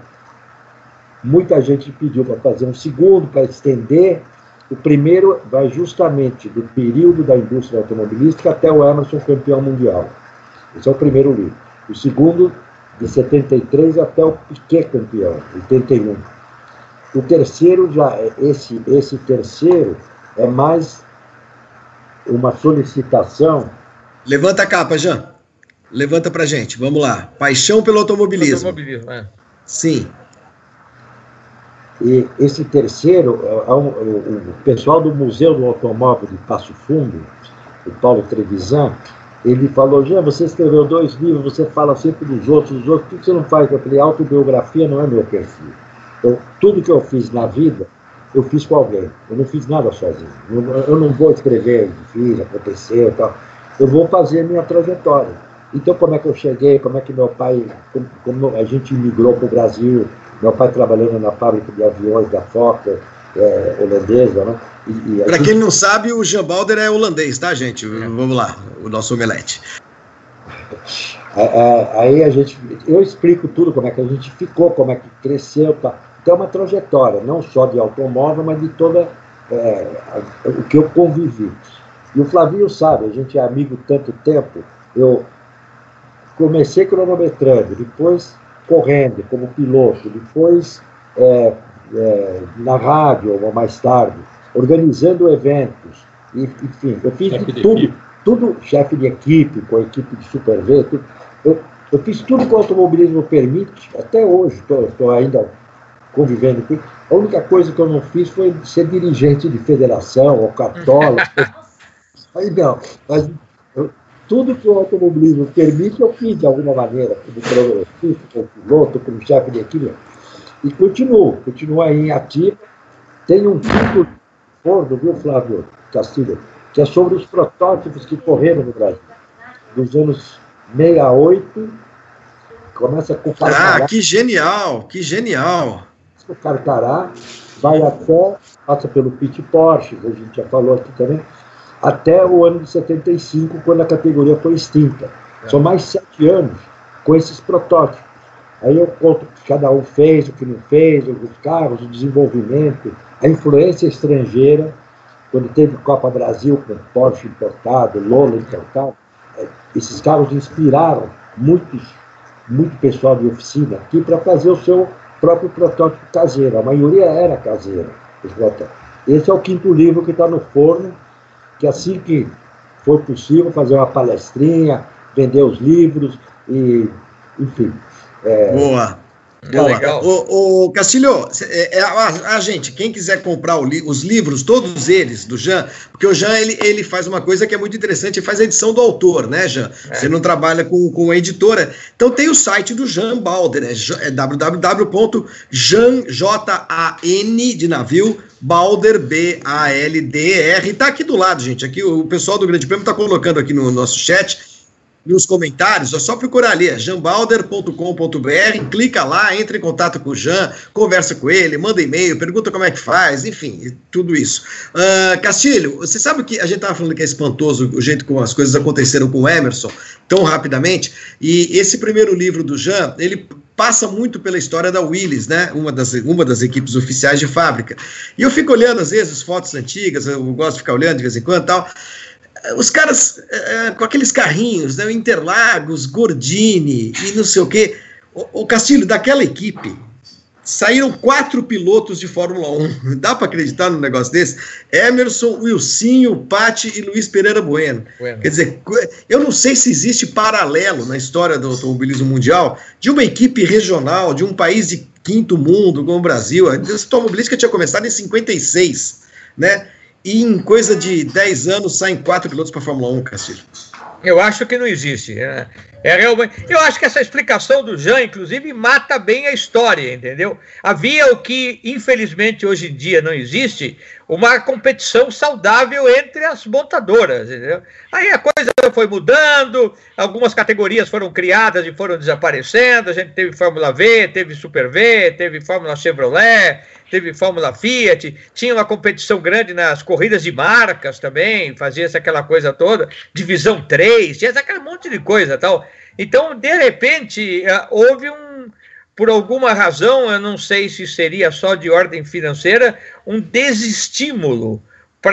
muita gente pediu para fazer um segundo, para estender. O primeiro vai justamente do período da indústria automobilística até o Emerson campeão mundial. Esse é o primeiro livro. O segundo, de setenta e três até o Piquet campeão, oitenta e um. O terceiro, já, esse, esse terceiro é mais uma solicitação. Levanta a capa, Jean. Levanta pra gente, vamos lá. Paixão pelo automobilismo. Automobilismo, é. Sim. E esse terceiro, é um, o pessoal do Museu do Automóvel de Passo Fundo, o Paulo Trevisan, ele falou, Jean, você escreveu dois livros, você fala sempre dos outros, dos outros, por que você não faz? Eu falei, autobiografia não é meu perfil. Então, tudo que eu fiz na vida, eu fiz com alguém. Eu não fiz nada sozinho. Eu, eu não vou escrever o que fiz, aconteceu e tal. Eu vou fazer a minha trajetória. Então, como é que eu cheguei, como é que meu pai, como, como a gente imigrou para o Brasil, meu pai trabalhando na fábrica de aviões da Fokker, é, holandesa, né? Para gente... quem não sabe, o Jean Balder é holandês, tá, gente? É. Vamos lá, o nosso omelete. Aí a gente, eu explico tudo, como é que a gente ficou, como é que cresceu, tá? Então é uma trajetória, não só de automóvel, mas de toda é, o que eu convivi. E o Flavinho sabe, a gente é amigo tanto tempo, eu comecei cronometrando, depois correndo como piloto, depois é, é, na rádio, ou mais tarde, organizando eventos, e, enfim, eu fiz de tudo, tudo, chefe de equipe, com a equipe de Super V, tudo, eu, eu fiz tudo que o automobilismo permite, até hoje, estou ainda convivendo com isso. A única coisa que eu não fiz foi ser dirigente de federação, ou cartola. Aí não, mas eu, tudo que o automobilismo permite, eu fiz de alguma maneira, como cronometrista, como piloto, como chefe de equipe, e continuo, continuo aí em ativa. Tem um título de forno, viu, Flávio Castilho, que é sobre os protótipos que correram no Brasil, dos anos sessenta e oito, começa com o Carcará. Ah, que genial, que genial! O Carcará vai até, passa pelo Pit Porsche, a gente já falou aqui também, até o ano de setenta e cinco, quando a categoria foi extinta. É. São mais sete anos com esses protótipos. Aí eu conto o que cada um fez, o que não fez, os carros, o desenvolvimento, a influência estrangeira, quando teve Copa Brasil com Porsche importado, Lola importado, esses carros inspiraram muitos, muito pessoal de oficina aqui para fazer o seu próprio protótipo caseiro. A maioria era caseira. Esse é o quinto livro que está no forno, que assim que for possível, fazer uma palestrinha, vender os livros, e, enfim. É, Boa. Boa. Legal. O, o Castilho, é, é, a, a gente, quem quiser comprar o li, os livros, todos eles, do Jean, porque o Jean, ele, ele faz uma coisa que é muito interessante, ele faz a edição do autor, né, Jean? É. Você não trabalha com, com a editora. Então tem o site do Jean Balder, é, é w w w ponto jan de navio, Balder, B A L D R, tá aqui do lado, gente, aqui o pessoal do Grande Prêmio tá colocando aqui no nosso chat, nos comentários, é só procurar ali, é jan balder ponto com ponto b r, clica lá, entra em contato com o Jean, conversa com ele, manda e-mail, pergunta como é que faz, enfim, tudo isso. Uh, Castilho, você sabe que a gente estava falando que é espantoso o jeito como as coisas aconteceram com o Emerson, tão rapidamente, e esse primeiro livro do Jean, ele passa muito pela história da Willys, né, uma das, uma das equipes oficiais de fábrica, e eu fico olhando às vezes fotos antigas, eu gosto de ficar olhando de vez em quando e tal. Os caras é, com aqueles carrinhos, né, Interlagos, Gordini e não sei o quê. O, o Castilho, daquela equipe, saíram quatro pilotos de Fórmula um. Dá para acreditar num negócio desse? Emerson, Wilsinho, Patti e Luiz Pereira Bueno. bueno. Quer dizer, eu não sei se existe paralelo na história do automobilismo mundial de uma equipe regional, de um país de quinto mundo, como o Brasil. A automobilística tinha começado em cinquenta e seis, né? E em coisa de dez anos saem quatro pilotos para a Fórmula um, Castilho. Eu acho que não existe. Né? É realmente... Eu acho que essa explicação do Jean, inclusive, mata bem a história, entendeu? Havia o que, infelizmente, hoje em dia não existe, uma competição saudável entre as montadoras, entendeu? Aí a coisa foi mudando, algumas categorias foram criadas e foram desaparecendo, a gente teve Fórmula V, teve Super V, teve Fórmula Chevrolet, teve Fórmula Fiat, tinha uma competição grande nas corridas de marcas também, fazia-se aquela coisa toda, Divisão três, tinha aquele monte de coisa tal. Então, de repente, houve um, por alguma razão, eu não sei se seria só de ordem financeira, um desestímulo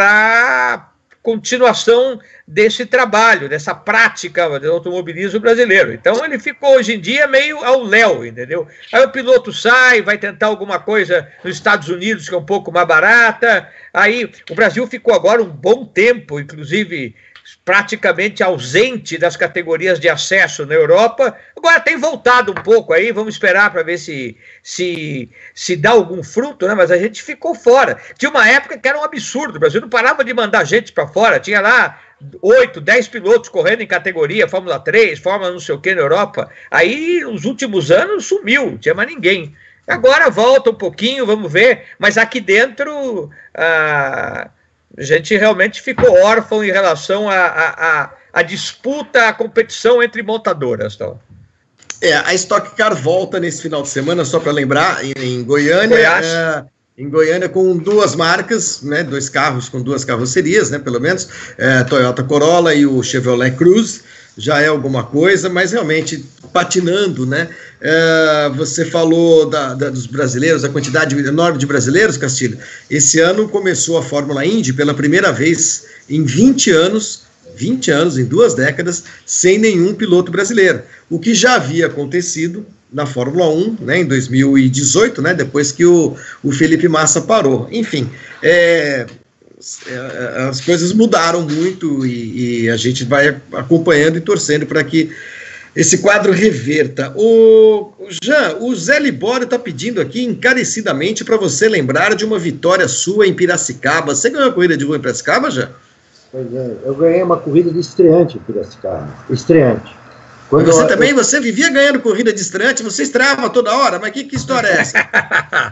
para continuação desse trabalho, dessa prática do automobilismo brasileiro. Então ele ficou hoje em dia meio ao léu, entendeu? Aí o piloto sai, vai tentar alguma coisa nos Estados Unidos que é um pouco mais barata, aí o Brasil ficou agora um bom tempo, inclusive praticamente ausente das categorias de acesso na Europa, agora tem voltado um pouco aí, vamos esperar para ver se, se, se dá algum fruto, né? Mas a gente ficou fora. Tinha uma época que era um absurdo, o Brasil não parava de mandar gente para fora, tinha lá oito, dez pilotos correndo em categoria, Fórmula três, Fórmula não sei o que na Europa. Aí, nos últimos anos, sumiu, não tinha mais ninguém. Agora volta um pouquinho, vamos ver, mas aqui dentro a, a gente realmente ficou órfão em relação à a, a, a disputa, a competição entre montadoras. Então. É, a Stock Car volta nesse final de semana, só para lembrar, em, em Goiânia, é, em Goiânia com duas marcas, né, dois carros com duas carrocerias, né, pelo menos, é, Toyota Corolla e o Chevrolet Cruze, já é alguma coisa, mas realmente patinando, né, é, você falou da, da, dos brasileiros, a quantidade enorme de brasileiros, Castilho. Esse ano começou a Fórmula Indy pela primeira vez em vinte anos, vinte anos, em duas décadas, sem nenhum piloto brasileiro. O que já havia acontecido na Fórmula um, né, em dois mil e dezoito, né, depois que o, o Felipe Massa parou. Enfim, é, é, as coisas mudaram muito e, e a gente vai acompanhando e torcendo para que esse quadro reverta. O Jean, o Zé Libório está pedindo aqui encarecidamente para você lembrar de uma vitória sua em Piracicaba. Você ganhou a corrida de rua em Piracicaba, Jean? Pois é, eu ganhei uma corrida de estreante em Piracicaba, estreante. Quando você eu, também, eu... você vivia ganhando corrida de estreante, você estreava toda hora, mas que, que história é essa?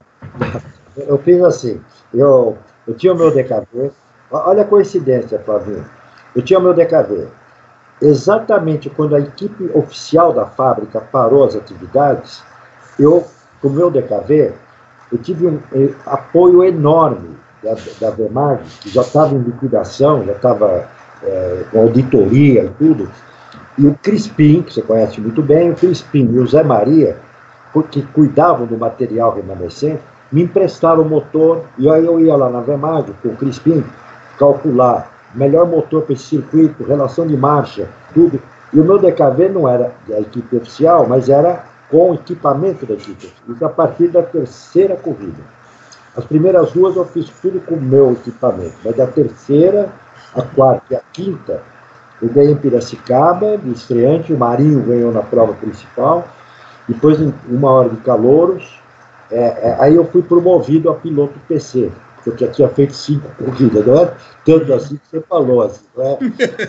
Eu fiz assim, eu, eu tinha o meu D K V, olha a coincidência, Flavinho, eu tinha o meu D K V, exatamente quando a equipe oficial da fábrica parou as atividades, eu, com o meu D K V, eu tive um eh, apoio enorme da, da Vemag, que já estava em liquidação, já estava é, com auditoria e tudo, e o Crispim, que você conhece muito bem, o Crispim e o Zé Maria, que cuidavam do material remanescente, me emprestaram o motor, e aí eu ia lá na Vemag com o Crispim, calcular melhor motor para esse circuito, relação de marcha, tudo, e o meu D K V não era da equipe oficial, mas era com equipamento da equipe, isso a partir da terceira corrida. As primeiras duas eu fiz tudo com o meu equipamento, mas da terceira, a quarta e a quinta, eu ganhei em Piracicaba, de estreante, o Marinho ganhou na prova principal, depois em uma hora de calouros, é, é, aí eu fui promovido a piloto P C, porque eu já tinha feito cinco corridas, não é tanto assim que você falou, assim, não é?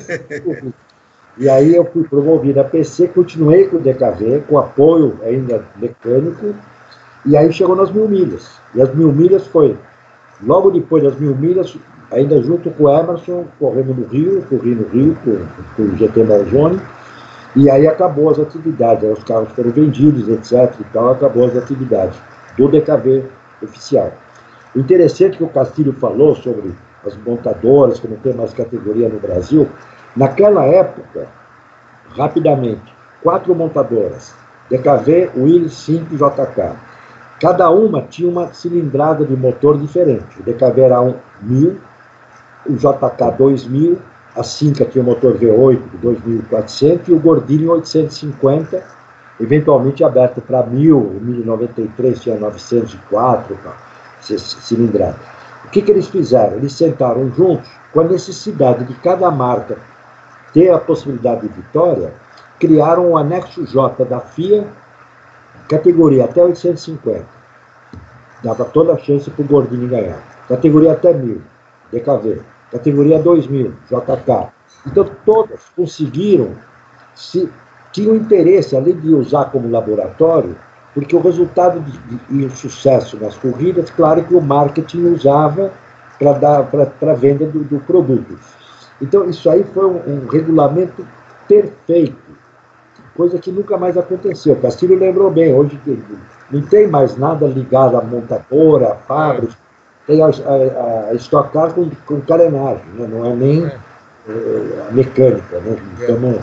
E aí eu fui promovido a P C, continuei com o D K V, com apoio ainda mecânico, e aí chegou nas mil milhas. E as mil milhas foi, logo depois das mil milhas, ainda junto com o Emerson, correndo no Rio, corri no Rio com, com o G T Malzone, e aí acabou as atividades, os carros foram vendidos, etc, e tal, acabou as atividades do D K V oficial. O interessante que o Castilho falou sobre as montadoras, que não tem mais categoria no Brasil, naquela época, rapidamente, quatro montadoras, D K V, Willys, cinco J K. Cada uma tinha uma cilindrada de motor diferente. O D K V era um mil, o J K dois mil, a Simca tinha o motor V oito de dois mil e quatrocentos e o Gordini oitocentos e cinquenta, eventualmente aberto para mil, o mil e noventa e três tinha novecentos e quatro cilindrada. O que, que eles fizeram? Eles sentaram juntos com a necessidade de cada marca ter a possibilidade de vitória, criaram o anexo J da F I A, categoria até oitocentos e cinquenta. Dava toda a chance para o Gordini ganhar. Categoria até mil, D K V. Categoria dois mil, J K. Então, todas conseguiram, se, tinham interesse, além de usar como laboratório, porque o resultado de, de, e o sucesso nas corridas, claro que o marketing usava para dar para a venda do, do produto. Então, isso aí foi um, um regulamento perfeito, coisa que nunca mais aconteceu. O Castilho lembrou bem, hoje não tem mais nada ligado à montadora, à fábrica, tem a, a, a Stock Car com, com carenagem, né? Não é nem é. É, a mecânica. Né? Então,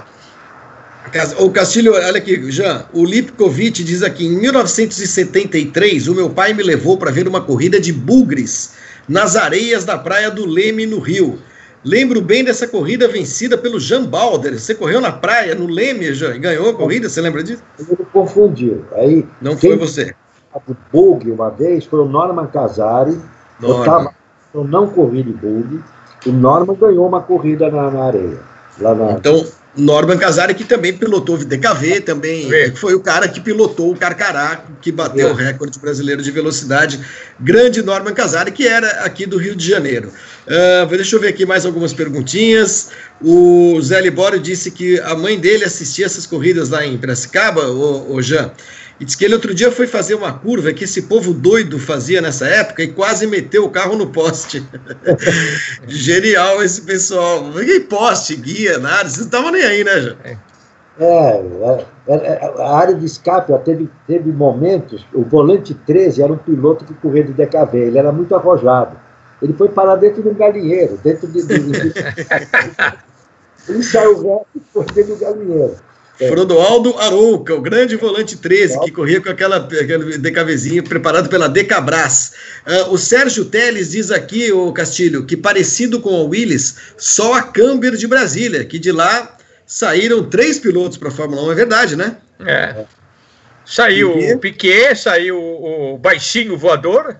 o Castilho, olha aqui, Jean, o Lipkovic diz aqui, em mil novecentos e setenta e três, o meu pai me levou para ver uma corrida de bugres nas areias da praia do Leme, no Rio. Lembro bem dessa corrida vencida pelo Jean Balder. Você correu na praia, no Leme, Jean, e ganhou a corrida, você lembra disso? Ele confundiu. Aí, não foi você. O bug uma vez foi o Norman Casari. Eu, tava, eu não corri de bug. O Norman ganhou uma corrida na, na areia. Lá na... Então, Norman Casari, que também pilotou o D K V, também é. foi o cara que pilotou o Carcará, que bateu é. o recorde brasileiro de velocidade. Grande Norman Casari, que era aqui do Rio de Janeiro. Uh, deixa eu ver aqui mais algumas perguntinhas. O Zé Libório disse que a mãe dele assistia essas corridas lá em Piracicaba, o, o Jean, e disse que ele outro dia foi fazer uma curva que esse povo doido fazia nessa época e quase meteu o carro no poste. Genial esse pessoal. Que poste, guia, nada, vocês não estavam nem aí, né, Jean? É, é, é, a área de escape ó, teve, teve momentos. O volante treze era um piloto que corria de D K V, ele era muito arrojado. Ele foi parar dentro de um galinheiro, dentro de. de, de... ele saiu reto e foi dentro do galinheiro. É. Frodoaldo Arouca, o grande volante treze, que corria com aquela, aquele DKVzinho preparado pela Decabras. Uh, o Sérgio Teles diz aqui, o Castilho, que parecido com o Willis, só a Camber de Brasília, que de lá saíram três pilotos para a Fórmula um, é verdade, né? É. Saiu Piquet. o Piquet, saiu o baixinho voador,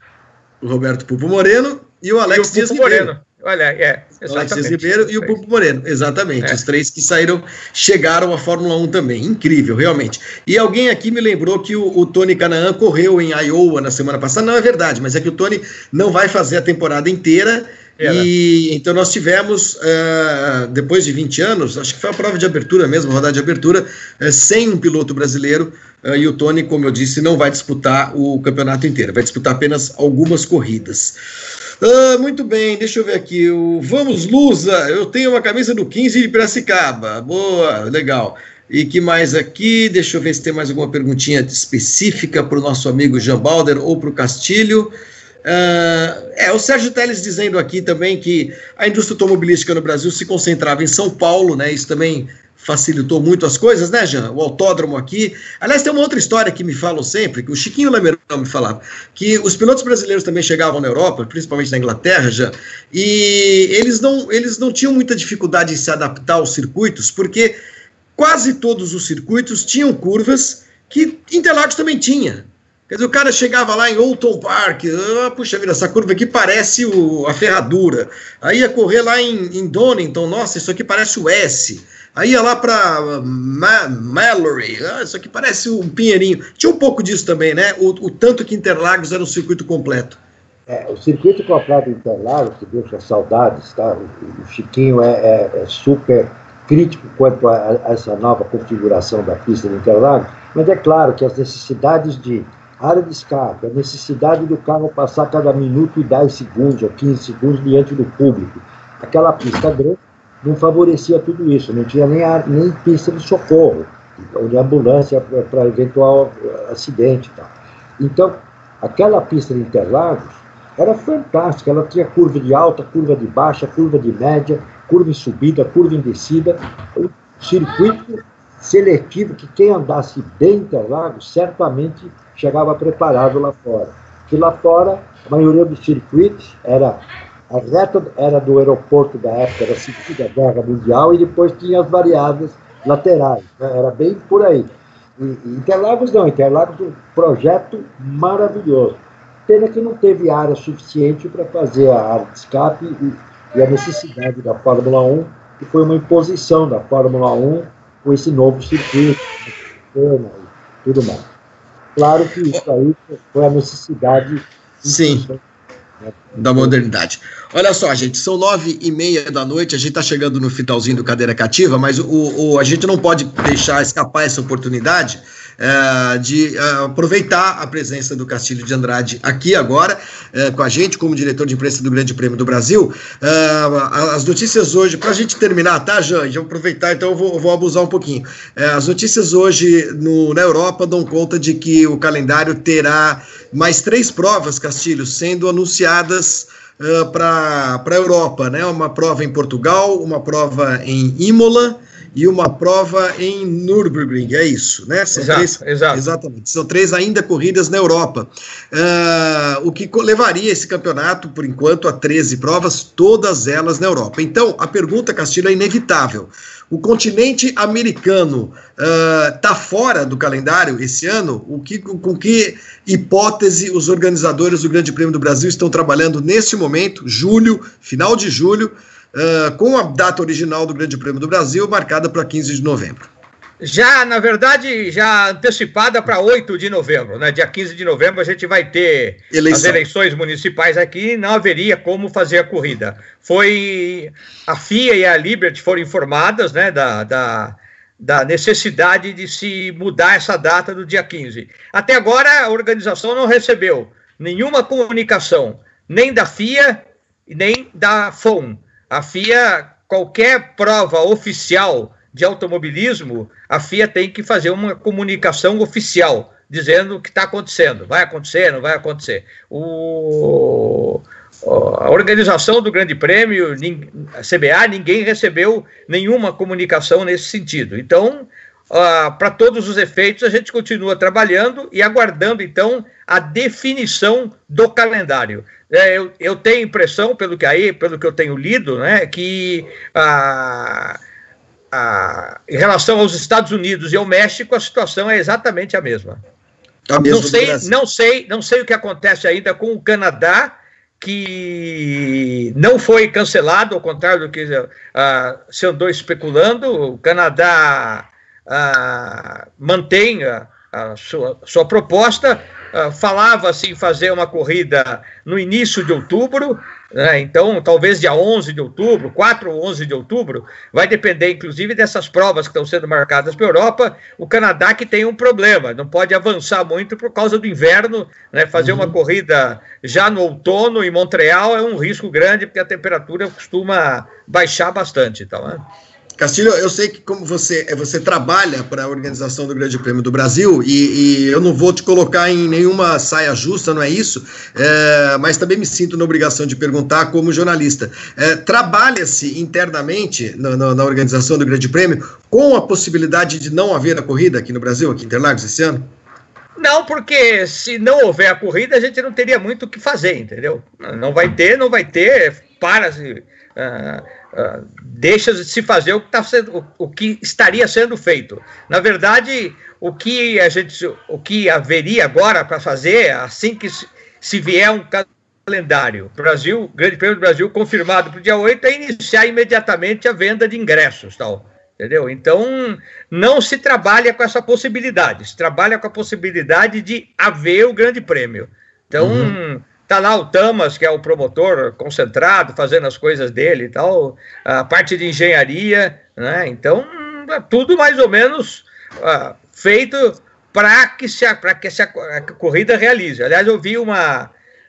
o Roberto Pupo Moreno e o Alex e o Dias Ribeiro. Olha, é, exatamente. Alex Ribeiro e o Pupo Moreno, exatamente, é. Os três que saíram, chegaram à Fórmula um também, incrível, realmente. E alguém aqui me lembrou que o, o Tony Canaan correu em Iowa na semana passada, não é verdade, mas é que o Tony não vai fazer a temporada inteira, é, e né? Então nós tivemos, uh, depois de vinte anos, acho que foi a prova de abertura mesmo, a rodada de abertura, uh, sem um piloto brasileiro, uh, e o Tony, como eu disse, não vai disputar o campeonato inteiro, vai disputar apenas algumas corridas. Ah, muito bem, deixa eu ver aqui, o Vamos Lusa, eu tenho uma camisa do quinze de Piracicaba, boa, legal. E que mais aqui, deixa eu ver se tem mais alguma perguntinha específica para o nosso amigo Jean Balder ou para o Castilho. Uh, é, o Sérgio Teles dizendo aqui também que a indústria automobilística no Brasil se concentrava em São Paulo, né, isso também facilitou muito as coisas, né, Jean? O autódromo aqui. Aliás, tem uma outra história que me falam sempre, que o Chiquinho Lamerão me falava, que os pilotos brasileiros também chegavam na Europa, principalmente na Inglaterra, Jean, e eles não, eles não tinham muita dificuldade em se adaptar aos circuitos, porque quase todos os circuitos tinham curvas que Interlagos também tinha. Quer dizer, o cara chegava lá em Oulton Park, ah, puxa vida, essa curva aqui parece o, a ferradura. Aí ia correr lá em, em Donington, nossa, isso aqui parece o S. Aí ia lá para Ma Mallory, ah, isso aqui parece um Pinheirinho. Tinha um pouco disso também, né? O, o tanto que Interlagos era um circuito completo. É, o circuito completo de Interlagos, que deixa saudades, tá? O, o Chiquinho é, é, é super crítico quanto a, a essa nova configuração da pista de Interlagos, mas é claro que as necessidades de área de escape, a necessidade do carro passar cada minuto e dez segundos ou quinze segundos diante do público. Aquela pista grande não favorecia tudo isso, não tinha nem, a, nem pista de socorro, ou de ambulância para eventual acidente. Tá? Então, aquela pista de Interlagos era fantástica, ela tinha curva de alta, curva de baixa, curva de média, curva em subida, curva em descida, um circuito seletivo que quem andasse bem em Interlagos certamente chegava preparado lá fora. Que lá fora, a maioria dos circuitos era a reta era do aeroporto da época da Segunda Guerra Mundial e depois tinha as variáveis laterais, né? Era bem por aí. E, e Interlagos não, Interlagos um projeto maravilhoso. Pena que não teve área suficiente para fazer a área de escape e, e a necessidade da Fórmula um, que foi uma imposição da Fórmula um com esse novo circuito, e tudo mais. Claro que isso aí foi a necessidade... Sim, da modernidade. Olha só, gente, são nove e meia da noite, a gente está chegando no finalzinho do Cadeira Cativa, mas o, o, a gente não pode deixar escapar essa oportunidade é, de é, aproveitar a presença do Castilho de Andrade aqui agora, é, com a gente, como diretor de imprensa do Grande Prêmio do Brasil. É, as notícias hoje, para a gente terminar, tá, Jean? Já vou aproveitar, então eu vou, eu vou abusar um pouquinho. É, as notícias hoje no, na Europa dão conta de que o calendário terá mais três provas, Castilho, sendo anunciadas uh, para a Europa, né? Uma prova em Portugal, uma prova em Imola e uma prova em Nürburgring, é isso, né? São exato, três, exato. Exatamente, são três ainda corridas na Europa, uh, o que levaria esse campeonato, por enquanto, a treze provas, todas elas na Europa. Então, a pergunta, Castilho, é inevitável. O continente americano está uh, fora do calendário esse ano? O que, com que hipótese os organizadores do Grande Prêmio do Brasil estão trabalhando neste momento, julho, final de julho, uh, com a data original do Grande Prêmio do Brasil, marcada para quinze de novembro. Já, na verdade, já antecipada para oito de novembro, né? Dia quinze de novembro a gente vai ter Eleição. As eleições municipais aqui, não haveria como fazer a corrida. Foi a F I A e a Liberty foram informadas, né, da, da, da necessidade de se mudar essa data do dia quinze. Até agora a organização não recebeu nenhuma comunicação, nem da F I A, nem da F O M. A F I A, qualquer prova oficial de automobilismo, a F I A tem que fazer uma comunicação oficial, dizendo o que está acontecendo, vai acontecer, não vai acontecer. O, a organização do Grande Prêmio, a C B A, ninguém recebeu nenhuma comunicação nesse sentido. Então, uh, para todos os efeitos, a gente continua trabalhando e aguardando, então, a definição do calendário. É, eu, eu tenho impressão, pelo que, aí, pelo que eu tenho lido, né, que a... Uh, Ah, em relação aos Estados Unidos e ao México, a situação é exatamente a mesma. A mesma não sei, não sei, não sei o que acontece ainda com o Canadá, que não foi cancelado, ao contrário do que uh, se andou especulando. O Canadá uh, mantém a, a sua, sua proposta. Uh, falava-se em fazer uma corrida no início de outubro, né? Então talvez dia onze de outubro, quatro ou onze de outubro, vai depender inclusive dessas provas que estão sendo marcadas para a Europa. O Canadá que tem um problema, não pode avançar muito por causa do inverno, né? Fazer uhum. uma corrida já no outono em Montreal é um risco grande, porque a temperatura costuma baixar bastante, então, né? Castilho, eu sei que como você, você trabalha para a organização do Grande Prêmio do Brasil e, e eu não vou te colocar em nenhuma saia justa, não é isso, é, mas também me sinto na obrigação de perguntar como jornalista. É, trabalha-se internamente na, na, na organização do Grande Prêmio com a possibilidade de não haver a corrida aqui no Brasil, aqui em Interlagos, esse ano? Não, porque se não houver a corrida, a gente não teria muito o que fazer, entendeu? Não vai ter, não vai ter, para-se... Uh, Uh, deixa de se fazer o que, tá sendo, o, o que estaria sendo feito. Na verdade, o que a gente, o que haveria agora para fazer, assim que se, se vier um calendário, Brasil, Grande Prêmio do Brasil confirmado para o dia oito, é iniciar imediatamente a venda de ingressos, tal, entendeu? Então, não se trabalha com essa possibilidade, se trabalha com a possibilidade de haver o Grande Prêmio. Então, uhum. Está lá o Tamas, que é o promotor concentrado, fazendo as coisas dele e tal, a parte de engenharia, né? Então, é tudo mais ou menos uh, feito para que, se a, que se a, a corrida realize. Aliás, eu vi uma,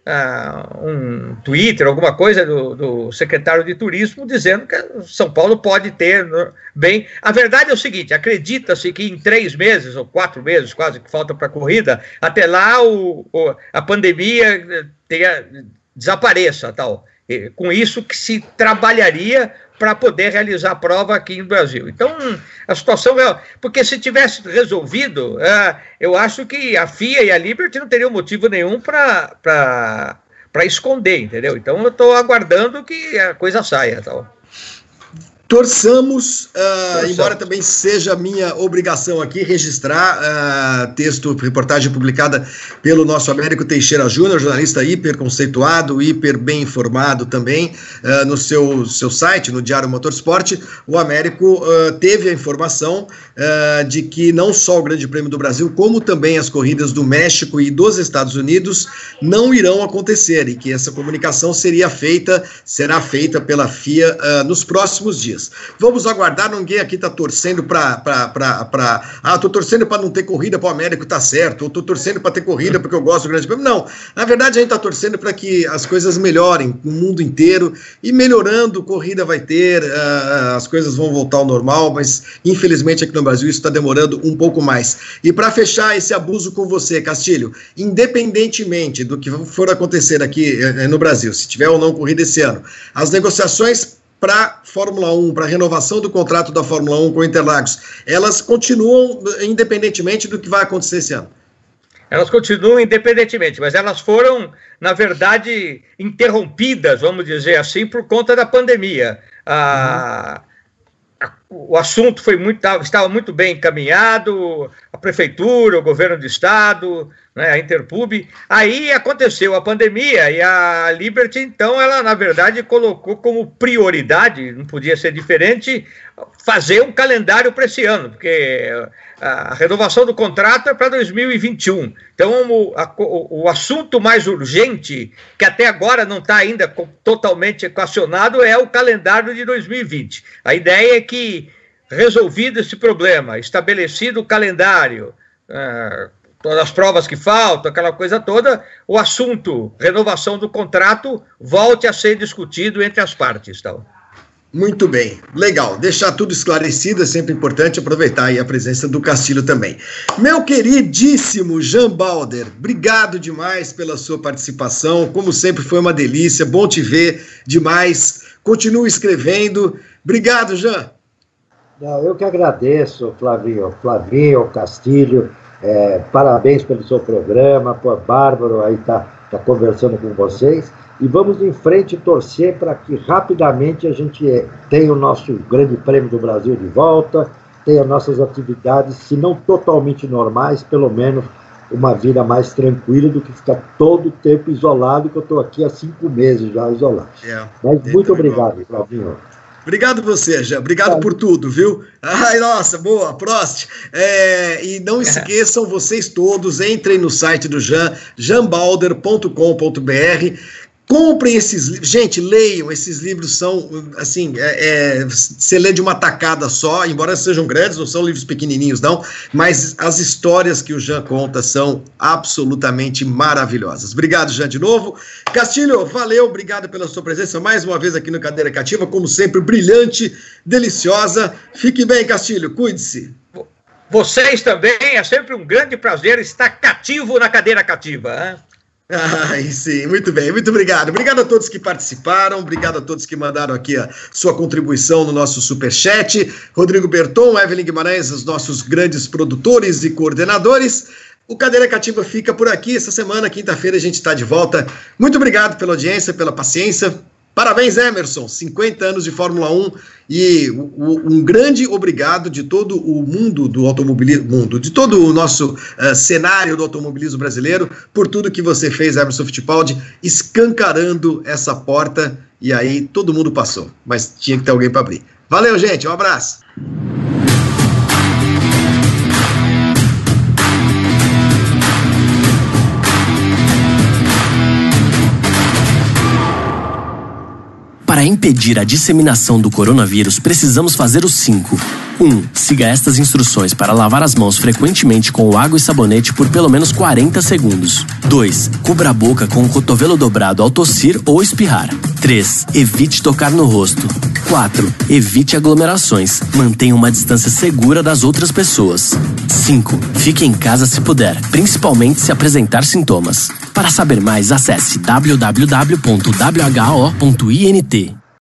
uh, um Twitter, alguma coisa do, do secretário de Turismo, dizendo que São Paulo pode ter bem... A verdade é o seguinte, acredita-se que em três meses, ou quatro meses quase que falta para a corrida, até lá o, o, a pandemia... Tenha, desapareça, tal. E, com isso que se trabalharia para poder realizar a prova aqui no Brasil. Então, a situação é... Porque se tivesse resolvido, é, eu acho que a F I A e a Liberty não teriam motivo nenhum para para esconder, entendeu? Então, eu estou aguardando que a coisa saia, tal. Torçamos, uh, embora também seja minha obrigação aqui registrar uh, texto, reportagem publicada pelo nosso Américo Teixeira Júnior, jornalista hiper conceituado, hiper bem informado também, uh, no seu, seu site, no Diário Motorsport. O Américo uh, teve a informação uh, de que não só o Grande Prêmio do Brasil, como também as corridas do México e dos Estados Unidos não irão acontecer e que essa comunicação seria feita, será feita pela F I A uh, nos próximos dias. Vamos aguardar, ninguém aqui está torcendo para... Ah, estou torcendo para não ter corrida para o Américo, tá certo, ou estou torcendo para ter corrida porque eu gosto do Grande Prêmio. Não, na verdade a gente está torcendo para que as coisas melhorem no mundo inteiro, e melhorando, corrida vai ter, uh, as coisas vão voltar ao normal, mas infelizmente aqui no Brasil isso está demorando um pouco mais. E para fechar esse abuso com você, Castilho, independentemente do que for acontecer aqui eh, no Brasil, se tiver ou não corrida esse ano, as negociações para Fórmula um, para a renovação do contrato da Fórmula um com o Interlagos, elas continuam independentemente do que vai acontecer esse ano? Elas continuam independentemente, mas elas foram, na verdade, interrompidas, vamos dizer assim, por conta da pandemia. A, a, o assunto foi muito, estava muito bem encaminhado, a prefeitura, o governo do estado, né, a Interpub. Aí aconteceu a pandemia e a Liberty, então, ela, na verdade, colocou como prioridade, não podia ser diferente, fazer um calendário para esse ano, porque a renovação do contrato é para dois mil e vinte e um. Então, o, a, o, o assunto mais urgente, que até agora não está ainda totalmente equacionado, é o calendário de dois mil e vinte. A ideia é que, resolvido esse problema, estabelecido o calendário, ah, todas as provas que faltam, aquela coisa toda, o assunto renovação do contrato volte a ser discutido entre as partes, tal. Muito bem, legal, deixar tudo esclarecido, é sempre importante aproveitar aí a presença do Castilho também. Meu queridíssimo Jean Balder, obrigado demais pela sua participação, como sempre foi uma delícia, bom te ver demais, continue escrevendo, obrigado, Jean. Não, eu que agradeço, Flavinho, Flavinho, Castilho, é, parabéns pelo seu programa, pô, Bárbaro aí tá, tá conversando com vocês. E vamos em frente torcer para que rapidamente a gente tenha o nosso Grande Prêmio do Brasil de volta, tenha nossas atividades, se não totalmente normais, pelo menos uma vida mais tranquila do que ficar todo o tempo isolado, que eu estou aqui há cinco meses já isolado. É, Mas muito obrigado, Flavinho. Obrigado você, Jean. Obrigado por tudo, viu? Ai, nossa, boa, Prost. É, e não esqueçam, vocês todos, entrem no site do Jean, jean balder ponto com ponto b r. Comprem esses livros, gente, leiam, esses livros são, assim, é, é, você lê de uma tacada só, embora sejam grandes, não são livros pequenininhos não, mas as histórias que o Jean conta são absolutamente maravilhosas. Obrigado, Jean, de novo. Castilho, valeu, obrigado pela sua presença mais uma vez aqui no Cadeira Cativa, como sempre, brilhante, deliciosa. Fique bem, Castilho, cuide-se. Vocês também, é sempre um grande prazer estar cativo na Cadeira Cativa, hein? Ah, sim, muito bem, muito obrigado. Obrigado a todos que participaram, obrigado a todos que mandaram aqui a sua contribuição no nosso superchat. Rodrigo Berton, Evelyn Guimarães, os nossos grandes produtores e coordenadores. O Cadeira Cativa fica por aqui. Essa semana, quinta-feira, a gente está de volta. Muito obrigado pela audiência, pela paciência. Parabéns, Emerson, cinquenta anos de Fórmula um e um grande obrigado de todo o mundo do automobilismo, mundo, de todo o nosso uh, cenário do automobilismo brasileiro, por tudo que você fez, Emerson Fittipaldi, escancarando essa porta, e aí todo mundo passou, mas tinha que ter alguém para abrir. Valeu, gente, um abraço. Para impedir a disseminação do coronavírus, precisamos fazer os cinco. um. Siga estas instruções para lavar as mãos frequentemente com água e sabonete por pelo menos quarenta segundos. dois. Cubra a boca com o cotovelo dobrado ao tossir ou espirrar. três. Evite tocar no rosto. quatro. Evite aglomerações. Mantenha uma distância segura das outras pessoas. cinco. Fique em casa se puder, principalmente se apresentar sintomas. Para saber mais, acesse w w w ponto w h o ponto i n t.